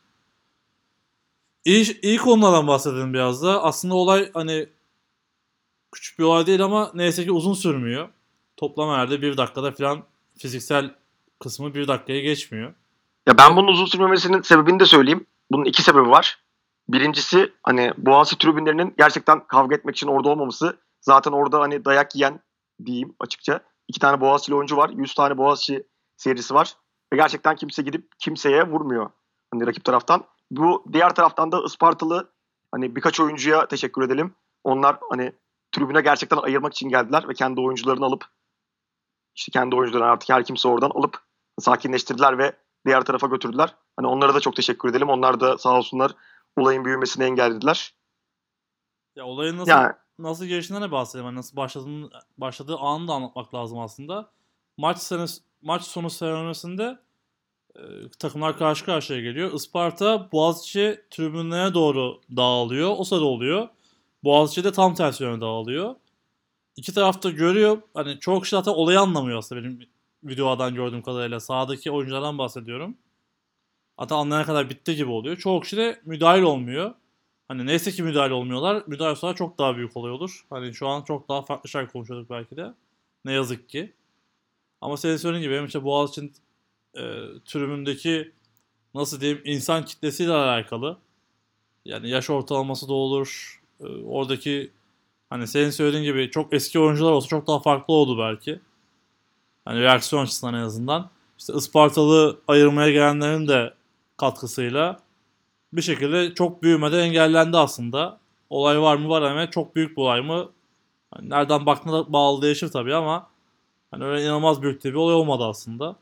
İyi, iyi konulardan bahsedelim biraz da. Aslında olay hani küçük bir olay değil ama neyse ki uzun sürmüyor. Toplam herhalde bir dakikada falan fiziksel kısmı bir dakikaya geçmiyor. Ya ben bunun uzun sürmemesinin sebebini de söyleyeyim. Bunun iki sebebi var. Birincisi hani Boğaziçi tribünlerinin gerçekten kavga etmek için orada olmaması. Zaten orada hani dayak yiyen diyeyim açıkça. İki tane Boğaziçi'li oyuncu var. Yüz tane Boğaziçi seyircisi var. Ve gerçekten kimse gidip kimseye vurmuyor. Hani rakip taraftan. Bu diğer taraftan da Ispartalı hani birkaç oyuncuya teşekkür edelim. Onlar hani tribüne gerçekten ayırmak için geldiler ve kendi oyuncularını alıp işte kendi oyuncularını artık her kimse oradan alıp sakinleştirdiler ve diğer tarafa götürdüler. Hani onlara da çok teşekkür edelim. Onlar da sağ olsunlar olayın büyümesini engellediler. Ya olayın nasıl Yani nasıl geliştiğinden de bahsedelim. Hani nasıl başladığını, başladığı anı da anlatmak lazım aslında. Maç sene, maç sonu seremonisinde e, takımlar karşı karşıya geliyor. Isparta Boğaziçi tribünlerine doğru dağılıyor. O sırada oluyor. Boğaziçi de tam tersi yöne dağılıyor. İki taraf da görüyor. Hani çoğu kişi zaten olayı anlamıyor aslında benim videodan gördüğüm kadarıyla. Sahadaki oyunculardan bahsediyorum. Hatta anlayana kadar bitti gibi oluyor. Çoğu kişi de müdahil olmuyor. Hani neyse ki müdahale olmuyorlar. Müdahale sonra çok daha büyük olay olur. Hani şu an çok daha farklı şeyler konuşuyorduk belki de. Ne yazık ki. Ama senin söylediğin gibi benim işte Boğaziçi'nin e, tribündeki nasıl diyeyim insan kitlesiyle alakalı. Yani yaş ortalaması da olur. E, oradaki hani senin söylediğin gibi çok eski oyuncular olsa çok daha farklı oldu belki. Hani reaksiyon açısından en azından. İşte Ispartalı ayırmaya gelenlerin de katkısıyla bir şekilde çok büyümeden engellendi aslında. Olay var mı var ama çok büyük bir olay mı? Hani nereden baktığına bağlı değişir tabii ama hani öyle inanılmaz büyük bir olay olmadı aslında.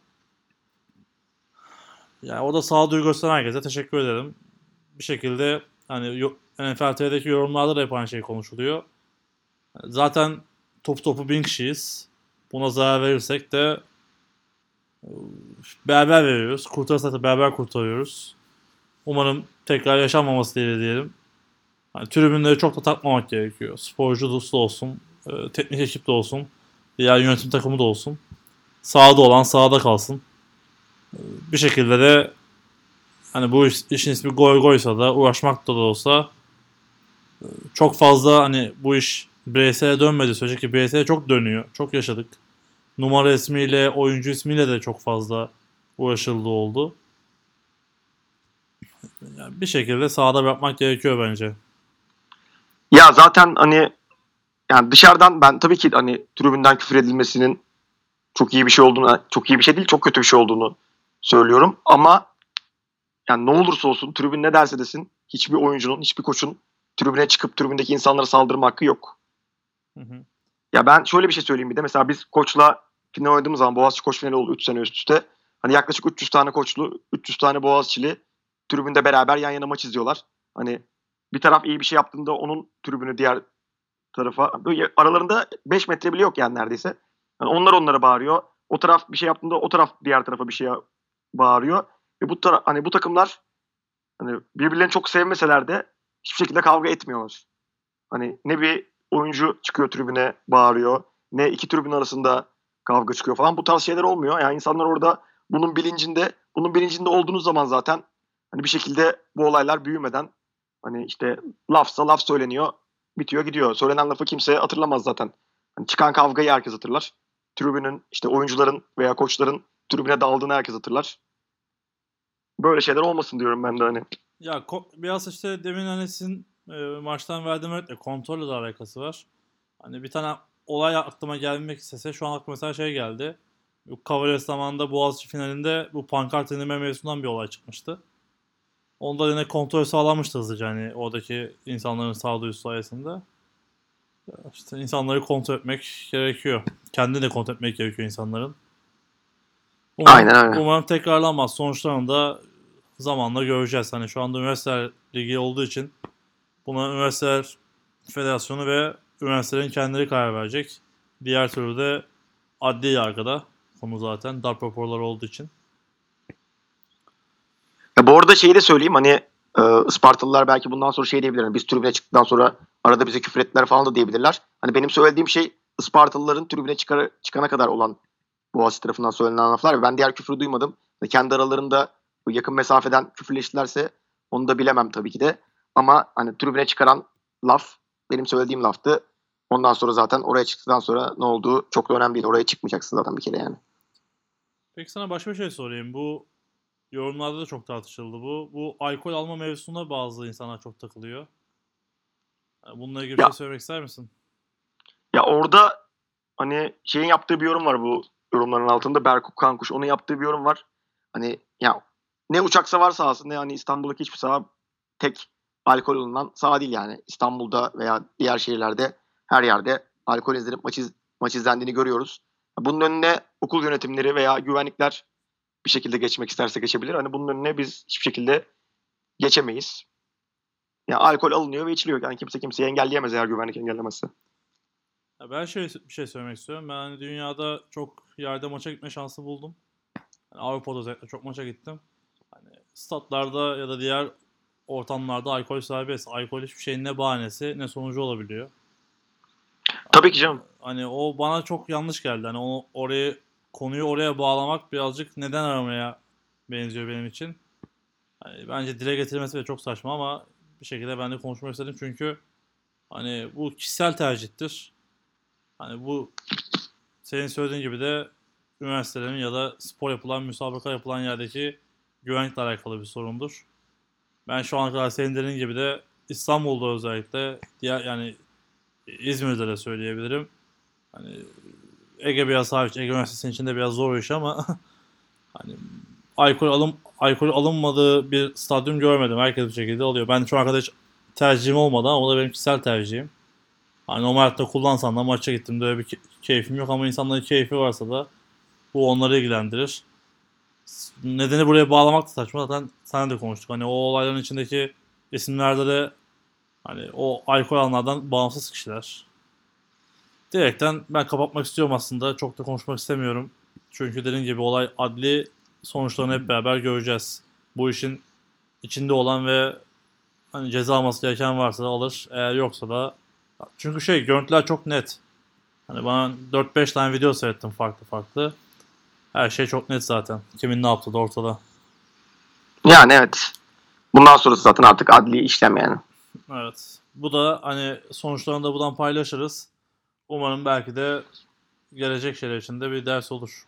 Yani orada sağduyu gösteren herkese teşekkür ederim. Bir şekilde hani N F L T V'deki yorumlarda da hep aynı şey konuşuluyor. Zaten top topu bin kişiyiz. Buna zarar verirsek de beraber veriyoruz. Kurtarırsak da beraber kurtarıyoruz. Umarım tekrar yaşanmaması diye diyelim. Yani tribünleri çok da takmamak gerekiyor. Sporcu da olsun, e, teknik ekip de olsun, diğer yönetim takımı da olsun. Sahada olan sahada kalsın. E, bir şekilde de hani bu iş, işin ismi goy goysa da uğraşmakta da olsa e, çok fazla hani bu iş bireysele dönmedi sürece ki bireysele çok dönüyor. Çok yaşadık. Numara ismiyle, oyuncu ismiyle de çok fazla uğraşıldı oldu. Yani bir şekilde sahada bırakmak gerekiyor bence. ya zaten hani yani dışarıdan ben tabii ki hani tribünden küfür edilmesinin çok iyi bir şey olduğunu, çok iyi bir şey değil, çok kötü bir şey olduğunu söylüyorum. Ama yani ne olursa olsun tribün ne derse desin hiçbir oyuncunun, hiçbir koçun tribüne çıkıp tribündeki insanlara saldırma hakkı yok. Hı hı. Ya ben şöyle bir şey söyleyeyim bir de. Mesela biz koçla final oynadığımız zaman Boğaziçi koç finali oldu üç sene üst üste. Hani yaklaşık üç yüz tane koçlu, üç yüz tane Boğaziçi'li tribünde beraber yan yana maç izliyorlar. Hani bir taraf iyi bir şey yaptığında onun tribünü diğer tarafa böyle aralarında beş metre bile yok yani neredeyse. Yani onlar onlara bağırıyor. O taraf bir şey yaptığında o taraf diğer tarafa bir şeye bağırıyor. Ve bu tara- hani bu takımlar hani birbirlerini çok sevmeseler de hiçbir şekilde kavga etmiyorlar. Hani ne bir oyuncu çıkıyor tribüne bağırıyor, ne iki tribün arasında kavga çıkıyor falan. Bu tarz şeyler olmuyor. Yani insanlar orada bunun bilincinde, bunun bilincinde olduğunuz zaman zaten hani bir şekilde bu olaylar büyümeden hani işte lafsa laf söyleniyor, bitiyor gidiyor. Söylenen lafı kimse hatırlamaz zaten. Hani çıkan kavgayı herkes hatırlar. Tribünün işte oyuncuların veya koçların tribüne daldığını herkes hatırlar. Böyle şeyler olmasın diyorum ben de hani. Ya ko- biraz işte demin hani sizin e, maçtan verdiğim örnekle kontrolle de alakası var. Hani bir tane olay aklıma gelmek istese şu an aklıma mesela şey geldi. Bu Cavaliers zamanında Boğaziçi finalinde bu pankart indirme mevzusundan bir olay çıkmıştı. Onda yine kontrol sağlanmıştı hızlıca hani oradaki insanların sağduyusu sayesinde. İşte insanları kontrol etmek gerekiyor. Kendini de kontrol etmek gerekiyor insanların. Umarım, Aynen öyle. umarım tekrarlanmaz. Sonuçlarını da zamanla göreceğiz. Hani şu anda üniversite ligi olduğu için Buna üniversiteler federasyonu ve üniversitelerin kendileri karar verecek. Diğer türlü de adli yargıda. Konu zaten darp raporları olduğu için. Ya bu arada şeyi de söyleyeyim, hani e, Ispartalılar belki bundan sonra şey diyebilirler. Hani biz tribüne çıktıktan sonra arada bize küfür ettiler falan da diyebilirler. Hani benim söylediğim şey Ispartalıların tribüne çıkar, çıkana kadar olan Boğaziçi tarafından söylenen laflar. Ben diğer küfürü duymadım. Kendi aralarında yakın mesafeden küfürleştilerse onu da bilemem tabii ki de. Ama hani tribüne çıkaran laf benim söylediğim laftı. Ondan sonra zaten oraya çıktıktan sonra ne olduğu çok da önemli değil. Oraya çıkmayacaksın zaten bir kere yani. Peki sana başka bir şey sorayım. Bu yorumlarda da çok tartışıldı bu. Bu alkol alma mevzusuna bazı insanlar çok takılıyor. Yani bununla ilgili bir Ya şey söylemek ister misin? ya orada hani şeyin yaptığı bir yorum var bu yorumların altında. Berkuk Kankuş. Onun yaptığı bir yorum var. Hani ya ne uçak savar sahası ne hani İstanbul'daki hiçbir saha tek alkol alınan saha değil yani. İstanbul'da veya diğer şehirlerde her yerde alkol izlenip maç, iz, maç izlendiğini görüyoruz. Bunun önüne okul yönetimleri veya güvenlikler bir şekilde geçmek isterse geçebilir. Hani bunun önüne biz hiçbir şekilde geçemeyiz. Yani alkol alınıyor ve içiliyor. Yani kimse kimseyi engelleyemez eğer güvenlik engellemezse. Ya ben şey, bir şey söylemek istiyorum. Ben hani dünyada çok yerde maça gitme şansı buldum. Yani Avrupa'da özellikle çok maça gittim. Hani statlarda ya da diğer ortamlarda alkol serbest. Alkol hiçbir şeyin ne bahanesi ne sonucu olabiliyor. Tabii Hani, ki canım. hani o bana çok yanlış geldi. Hani onu oraya konuyu oraya bağlamak birazcık neden aramaya benziyor benim için. Hani bence dile getirilmesi de çok saçma ama bir şekilde ben de konuşmak istedim çünkü hani bu kişisel tercihtir. Hani bu senin söylediğin gibi de üniversitelerin ya da spor yapılan, müsabaka yapılan yerdeki güvenlikle alakalı bir sorundur. Ben şu ana kadar senin dediğin gibi de İstanbul'da özellikle diğer yani İzmir'de de söyleyebilirim. Hani Ege biraz hariç, Ege Üniversitesi'nin içinde biraz zor o iş ama hani alkol alım alkol alınmadığı bir stadyum görmedim. Herkes bir şekilde alıyor. Ben şu ana kadar hiç tercihim olmadı ama o da benim kişisel tercihim. Hani normal hayatta kullansam da maça gittim de öyle bir key- keyfim yok ama insanların keyfi varsa da bu onları ilgilendirir. Nedeni buraya bağlamak da saçma. Zaten sen de konuştuk. Hani o olayların içindeki isimlerde de hani o alkol alanlardan bağımsız kişiler. Diyerekten ben kapatmak istiyorum aslında. Çok da konuşmak istemiyorum. Çünkü dediğim gibi olay adli sonuçlarını hep beraber göreceğiz. Bu işin içinde olan ve hani ceza alması gereken varsa da alır. Eğer yoksa da çünkü şey görüntüler çok net. Hani bana dört beş tane video seyrettim farklı farklı. Her şey çok net zaten. Kimin ne yaptığı da ortada. Yani evet. Bundan sonrası zaten artık adli işlem yani. Evet. Bu da hani sonuçlarını da buradan paylaşırız. Umarım belki de gelecek şeyler için de bir ders olur.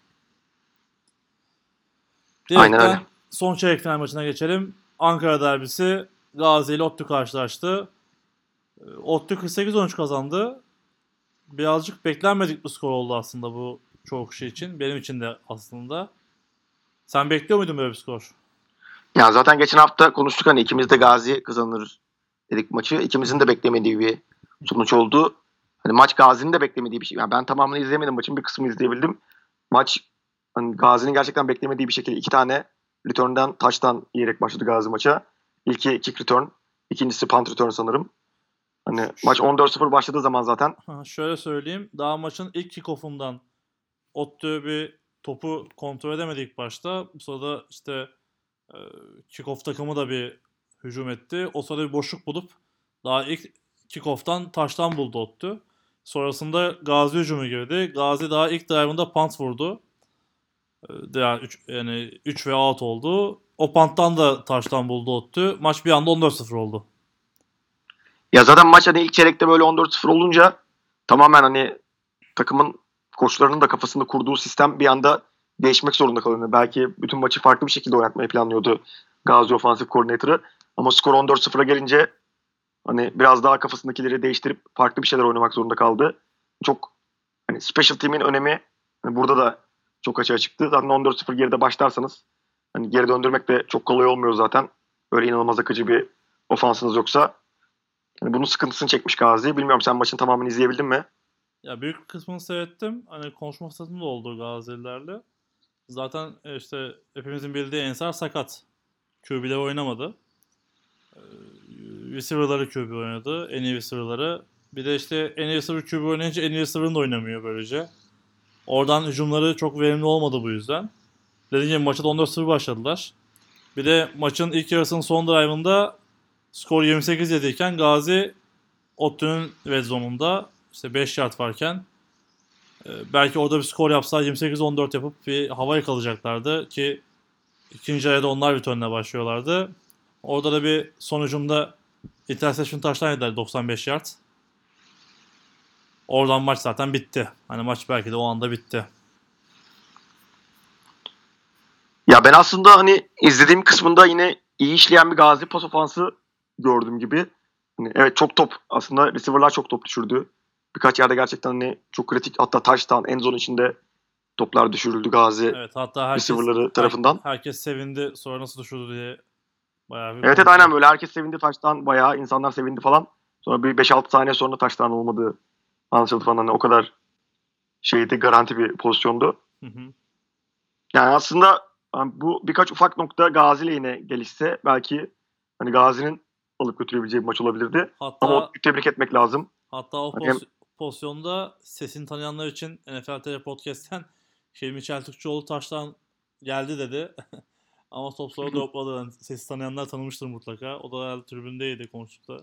Aynen öyle. Diyerekten son çeyrek final maçına geçelim. Ankara derbisi Gazi ile ODTÜ karşılaştı. Ee, ODTÜ kırk sekiz on üç kazandı. Birazcık beklenmedik bir skor oldu aslında bu çoğu kişi için. Benim için de aslında. Sen bekliyor muydun böyle bir skor? Ya zaten geçen hafta konuştuk, hani ikimiz de Gazi kazanır dedik maçı. İkimizin de beklemediği bir sonuç oldu. Hani maç Gazi'nin de beklemediği bir şey. Yani ben tamamını izleyemedim, maçın bir kısmını izleyebildim. Maç hani Gazi'nin gerçekten beklemediği bir şekilde iki tane return'dan taştan yiyerek başladı Gazi maça. İlki kick return, ikincisi punt return sanırım. Hani maç Şu, on dört sıfır başladığı zaman zaten ha, şöyle söyleyeyim. Daha maçın ilk kickoff'undan ODTÜ bir topu kontrol edemedi ilk başta. Bu sırada işte e, kickoff takımı da bir hücum etti. O sırada bir boşluk bulup daha ilk kickoff'tan taştan buldu ODTÜ. Sonrasında Gazi hücumu girdi. Gazi daha ilk drive'ında punt vurdu. E, Diğer üç, yani üç ve out oldu. O punt'tan da taştan buldu ODTÜ. Maç bir anda on dört sıfır oldu. ya zaten maç hani ilk çeyrekte böyle on dört sıfır olunca tamamen hani takımın koçlarının da kafasında kurduğu sistem bir anda değişmek zorunda kalıyor. Belki bütün maçı farklı bir şekilde oynatmayı planlıyordu Gazi Ofansif Koordinatörü. Ama skor on dört sıfıra gelince hani biraz daha kafasındakileri değiştirip farklı bir şeyler oynamak zorunda kaldı. Çok hani special team'in önemi hani burada da çok açığa çıktı. Zaten on dört sıfır geride başlarsanız hani geri döndürmek de çok kolay olmuyor zaten. Öyle inanılmaz akıcı bir ofansınız yoksa. Yani bunun sıkıntısını çekmiş Gazi. Bilmiyorum, sen maçın tamamını izleyebildin mi? Ya büyük bir kısmını seyrettim. Hani konuşma fırsatım da oldu Gazililerle. Zaten e, işte hepimizin bildiği Ensar sakat. Q B'de oynamadı. receiver'ları Q B oynadı. En iyi receiver'ları. Bir de işte en iyi receiver Q B oynayınca en iyi receiver'ın da oynamıyor böylece. Oradan hücumları çok verimli olmadı bu yüzden. Dediğim gibi maça on dört sıfır başladılar. Bir de maçın ilk yarısının son drive'ında skor yirmi sekiz yediyken Gazi Ottu'nun red zone'unda işte beş yard varken e, belki orada bir skor yapsa yirmi sekiz on dört yapıp bir hava yakalayacaklardı ki ikinci yarıda onlar return'le başlıyorlardı. Orada da bir son hücumda interception taştan yediler doksan beş yard. Oradan maç zaten bitti. Hani maç belki de o anda bitti. Ya ben aslında hani izlediğim kısmında yine iyi işleyen bir Gazi pas ofansı gördüğüm gibi. Hani evet çok top aslında receiver'lar çok top düşürdü. Birkaç yerde gerçekten hani çok kritik hatta touchdown end zone içinde toplar düşürüldü Gazi Evet, hatta herkes receiver'ları tarafından. Her, herkes sevindi sonra nasıl düşürdü diye bayağı bir Evet evet konuşuyor. aynen böyle herkes sevindi touchdown bayağı insanlar sevindi falan. Sonra bir beş altı saniye sonra touchdown olmadığı anlaşıldı falan. Hani o kadar şeydi garanti bir pozisyondu. Hı hı. Yani aslında hani bu birkaç ufak nokta Gazi lehine gelişse belki hani Gazi'nin alıp götürebileceği bir maç olabilirdi. Ama Hatta o tebrik etmek lazım. hatta o Hani hem, poz- pozisyonda sesini tanıyanlar için N F L T V Podcast'ten Hilmi Çeltikçioğlu taştan geldi dedi. Ama top sonra dropladı. Yani sesi tanıyanlar tanımıştır mutlaka. O da herhalde tribündeydi konuştukta.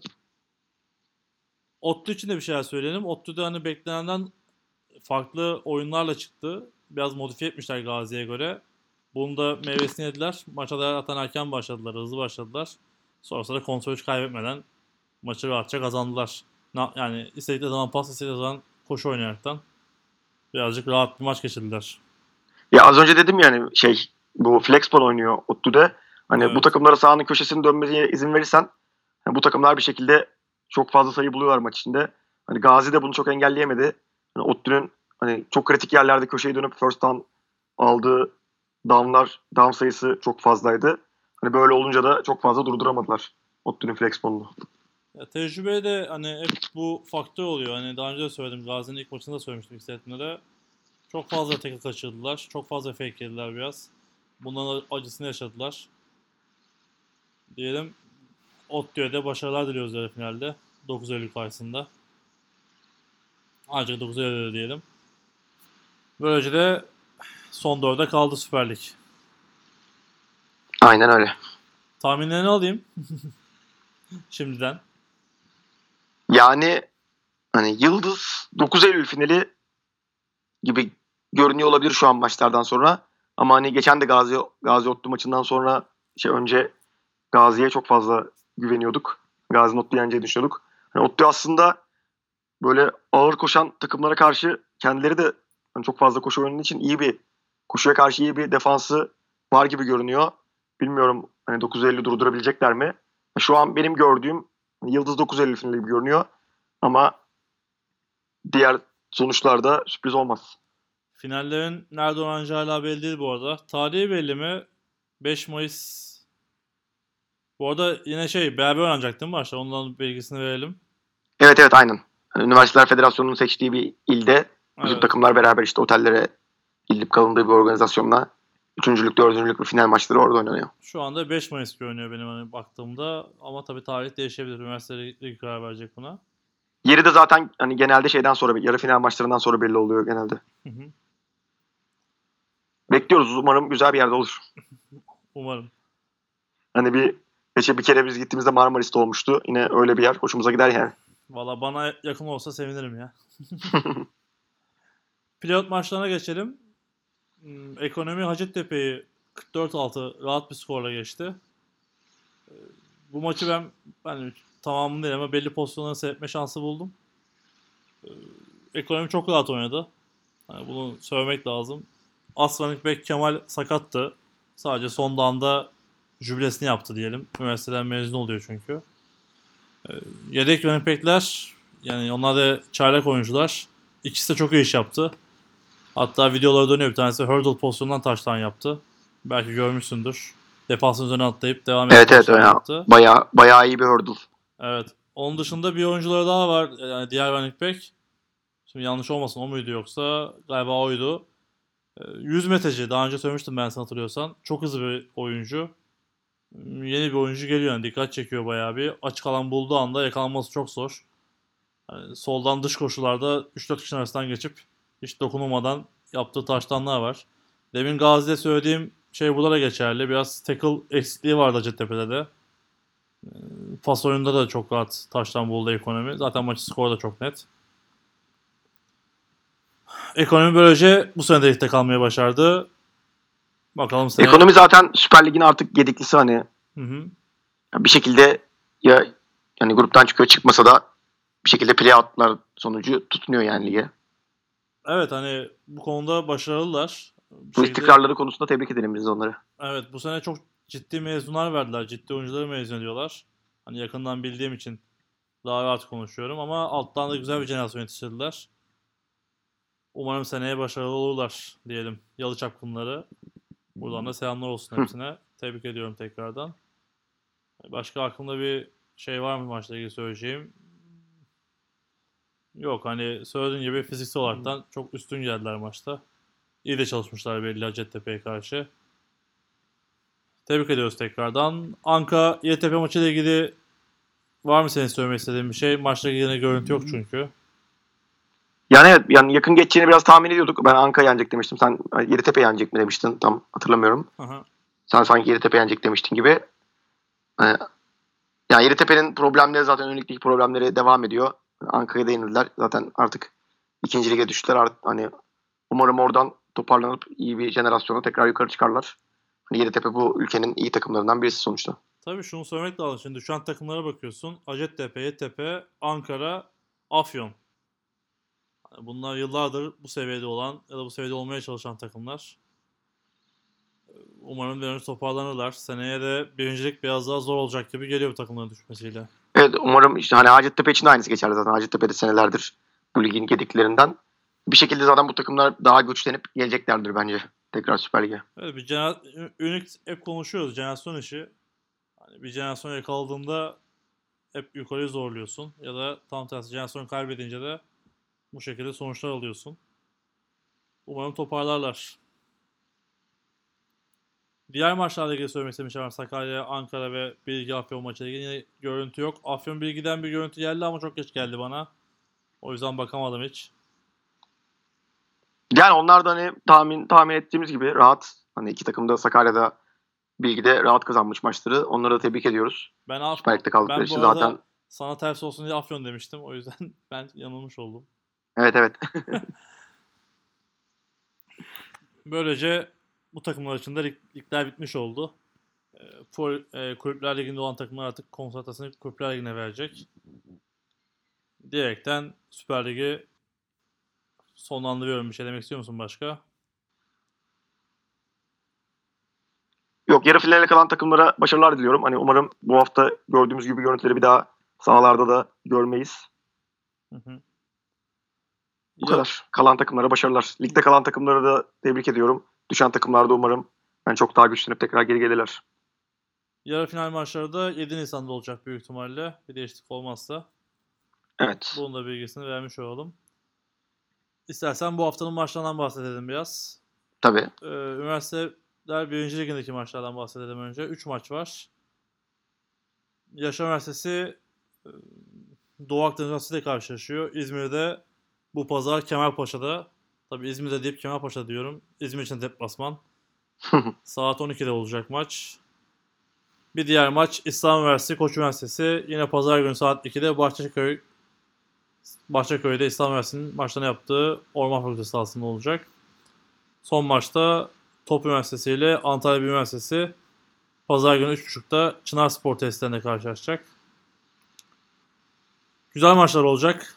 Ottu için de bir şeyler söyleyelim. Ottu da hani beklenenden farklı oyunlarla çıktı. Biraz modifiye etmişler Gazi'ye göre. Bunun da meyvesini yediler. Maça da zaten erken başladılar, hızlı başladılar. Sonrasında kontrolü hiç kaybetmeden maçı rahatça kazandılar. Na- Yani istedikleri zaman pas, istedikleri zaman koşu oynayaraktan birazcık rahat bir maç geçirdiler. ya az önce dedim yani şey bu flexball oynuyor Ottu'da. Hani bu Evet. takımlara sahanın köşesini dönmeye izin verirsen hani bu takımlar bir şekilde çok fazla sayı buluyorlar maç içinde. Hani Gazi de bunu çok engelleyemedi. Hani Ottu'nun hani çok kritik yerlerde köşeyi dönüp first down aldığı downlar, down sayısı çok fazlaydı. Hani böyle olunca da çok fazla durduramadılar Ottu'nun flexball'unu. Ya tecrübe de hani hep bu faktör oluyor. Hani daha önce de söyledim. Gazi'nin ilk maçında söylemiştim hissetmelere. Çok fazla tackle kaçırdılar. Çok fazla fake yediler biraz. Bunların acısını yaşadılar. Diyelim Ottu'ya da başarılar diliyoruz yarı finalde. dokuz Eylül karşısında. Ancak dokuz Eylül'de diyelim. Böylece de son dörde kaldı Süper Lig. Aynen öyle. Tahminlerini alayım şimdiden. Yani hani Yıldız dokuz Eylül finali gibi görünüyor olabilir şu an maçlardan sonra. Ama hani geçen de Gazi Gazi Ottu maçından sonra şey önce Gazi'ye çok fazla güveniyorduk. Gazi'nin Ottu'yu yeneceğini düşünüyorduk. Hani Ottu aslında böyle ağır koşan takımlara karşı kendileri de hani çok fazla koşu oynadığı için iyi bir koşuya karşı iyi bir defansı var gibi görünüyor. Bilmiyorum hani dokuz Eylül'ü durdurabilecekler mi? Şu an benim gördüğüm hani Yıldız dokuz Eylül finali gibi görünüyor. Ama diğer sonuçlarda sürpriz olmaz. Finallerin nerede oynanacağı hala belli değil bu arada. Tarihi belli mi? beş Mayıs. Bu arada yine şey beraber oynanacak değil mi maçlar? Ondan bilgisini verelim. Evet evet aynen. Hani Üniversiteler Federasyonu'nun seçtiği bir ilde bütün Evet. takımlar beraber işte otellere gidip kalındığı bir organizasyonla üçüncülük, dördüncülük ve final maçları orada oynanıyor. Şu anda beş Mayıs görünüyor benim hani baktığımda. Ama tabii tarih değişebilir. Üniversiteler karar verecek buna. Yeri de zaten hani genelde şeyden sonra yarı final maçlarından sonra belli oluyor genelde. Hı hı. Bekliyoruz. Umarım güzel bir yerde olur. Umarım. Hani bir geçe bir kere biz gittiğimizde Marmaris'te olmuştu. Yine öyle bir yer. Hoşumuza gider yani. Valla bana yakın olsa sevinirim ya. Pilot maçlarına geçelim. Hmm, Ekonomi Hacettepe'yi kırk dört altı rahat bir skorla geçti. Ee, Bu maçı ben ben tamamını değil ama belli pozisyonları seyretme şansı buldum. Ee, Ekonomi çok rahat oynadı. Yani bunu söylemek lazım. As running back Kemal sakattı. Sadece son anda jübilesini yaptı diyelim. Üniversiteden mezun oluyor çünkü. Ee, Yedek running backler yani onlar da çaylak oyuncular. İkisi de çok iyi iş yaptı. Hatta videoları dönüyor. Bir tanesi hurdle pozisyonundan touchdown yaptı. Belki görmüşsündür. Defansın üzerine atlayıp devam edip Evet evet touchdown öyle. yaptı. Bayağı, bayağı iyi bir hurdle. Evet. Onun dışında bir oyuncuları daha var. Yani diğer running back. Şimdi yanlış olmasın o muydu yoksa galiba oydu. Ee, yüz metreci daha önce söylemiştim ben sana hatırlıyorsan. Çok hızlı bir oyuncu. Şimdi yeni bir oyuncu geliyor. Yani dikkat çekiyor bayağı bir. Açık alan bulduğu anda yakalanması çok zor. Yani soldan dış koşularda üç dört kişinin arasından geçip hiç dokunulmadan yaptığı taştanlar var. Demin Gazi'de söylediğim şey burada da geçerli. Biraz tackle eksikliği vardı Hacettepe'de de. Pas oyunda da çok rahat taştan buldu Ekonomi. Zaten maçın skoru da çok net. Ekonomi böylece bu sene de ligde kalmaya başardı. Bakalım sene... Ekonomi zaten Süper Lig'in artık gediklisi hani. Hı hı. Bir şekilde ya yani gruptan çıkıyor, çıkmasa da bir şekilde play-out'lar sonucu tutunuyor yani lige. Evet, hani bu konuda başarılılar. Bir Bu şekilde... istikrarları konusunda tebrik edelim biz de onları. Evet, bu sene çok ciddi mezunlar verdiler. Ciddi oyuncuları mezun ediyorlar. Hani yakından bildiğim için daha rahat konuşuyorum ama alttan da güzel bir jenerasyon yetiştirdiler. Umarım seneye başarılı olurlar diyelim Yalı Çapkınları. Buradan da selamlar olsun hepsine. Tebrik ediyorum tekrardan. Başka aklımda bir şey var mı maçla ilgili söyleyeceğim? Yok, hani söylediğin gibi fiziksel olaraktan çok üstün geldiler maçta. İyi de çalışmışlar belli Hacettepe'ye karşı. Tebrik ediyoruz tekrardan. Anka Yeditepe maçı ile ilgili var mı senin söylemek istediğin bir şey? Maçla ilgili yine görüntü yok çünkü. Yani evet, yani yakın geçeceğini biraz tahmin ediyorduk. Ben Anka yenecek demiştim. Sen Yeditepe yenecek mi demiştin? Tam hatırlamıyorum. Aha. Sen sanki Yeditepe yenecek demiştin gibi. Ee, yani Yeditepe'nin problemleri zaten ön ligdeki problemleri devam ediyor. Anka'ya da yenildiler. Zaten artık ikinci lige düştüler. Artık, hani umarım oradan toparlanıp iyi bir jenerasyona tekrar yukarı çıkarlar. Hani Yeditepe bu ülkenin iyi takımlarından birisi sonuçta. Tabii şunu söylemek lazım. Şimdi düşen takımlara bakıyorsun. Hacettepe, Yeditepe, Ankara, Afyon. Yani bunlar yıllardır bu seviyede olan ya da bu seviyede olmaya çalışan takımlar. Umarım bir önce toparlanırlar. Seneye de birincilik biraz daha zor olacak gibi geliyor bu takımların düşmesiyle. Evet, umarım işte hani Hacettepe için de aynısı geçerli zaten. Hacettepe'de senelerdir bu ligin gediklerinden. Bir şekilde zaten bu takımlar daha güçlenip geleceklerdir bence tekrar Süper Lig'e. Evet, bir jener- Ünlük hep konuşuyoruz jenerasyon işi. Hani bir jenerasyon yakaladığında hep yukarıyı zorluyorsun. Ya da tam tersi jenerasyon kaybedince de bu şekilde sonuçlar alıyorsun. Umarım toparlarlar. Diğer maçlarla ilgili söylemek istediğim şey var. Sakarya, Ankara ve Bilgi Afyon maçıyla ilgili yine görüntü yok. Afyon Bilgi'den bir görüntü geldi ama çok geç geldi bana. O yüzden bakamadım hiç. Yani onlar da hani tahmin tahmin ettiğimiz gibi rahat. Hani iki takım da Sakarya'da Bilgi'de rahat kazanmış maçları. Onları da tebrik ediyoruz. Ben Af Süper Lig'de kaldıkları ben bu için arada zaten. sana ters olsun diye Afyon demiştim. O yüzden ben yanılmış oldum. Evet evet. Böylece bu takımlar için de lig, ligler bitmiş oldu. E, Pro, e, Kulüpler Ligi'nde olan takımlar artık konsantrasını Kulüpler Ligi'ne verecek. Diyerekten Süper Lig'i sonlandırıyorum. Bir şey demek istiyor musun başka? Yok, yarı finale kalan takımlara başarılar diliyorum. Hani umarım bu hafta gördüğümüz gibi görüntüleri bir daha sahalarda da görmeyiz. Hı hı. Bu Ya, kadar. Kalan takımlara başarılar. Ligde kalan takımları da tebrik ediyorum. Düşen takımlarda umarım yani çok daha güçlenip tekrar geri gelirler. yarı final maçları da yedi Nisan'da olacak büyük ihtimalle. Bir değişiklik olmazsa. Evet. Bunun da bilgisini vermiş olalım. İstersen bu haftanın maçlarından bahsedelim biraz. Tabii. Ee, üniversiteler birinci Ligi'ndeki maçlardan bahsedelim önce. üç maç var. Yaşar Üniversitesi e, Doğu Akdeniz Üniversitesi ile karşılaşıyor. İzmir'de bu pazar Kemalpaşa'da. Tabii İzmir'de deyip Kemalpaşa diyorum. İzmir için deplasman. Saat on ikide olacak maç. Bir diğer maç İstanbul Üniversitesi Koç Üniversitesi. Yine pazar günü saat ikide Bahçeköy Bahçeköy'de İstanbul Üniversitesi'nin maçlarını yaptığı Orman Fakültesi sahasında olacak. Son maçta Top Üniversitesi ile Antalya Bilim Üniversitesi pazar günü üç buçukta Çınarspor testlerinde karşılaşacak. Güzel maçlar olacak.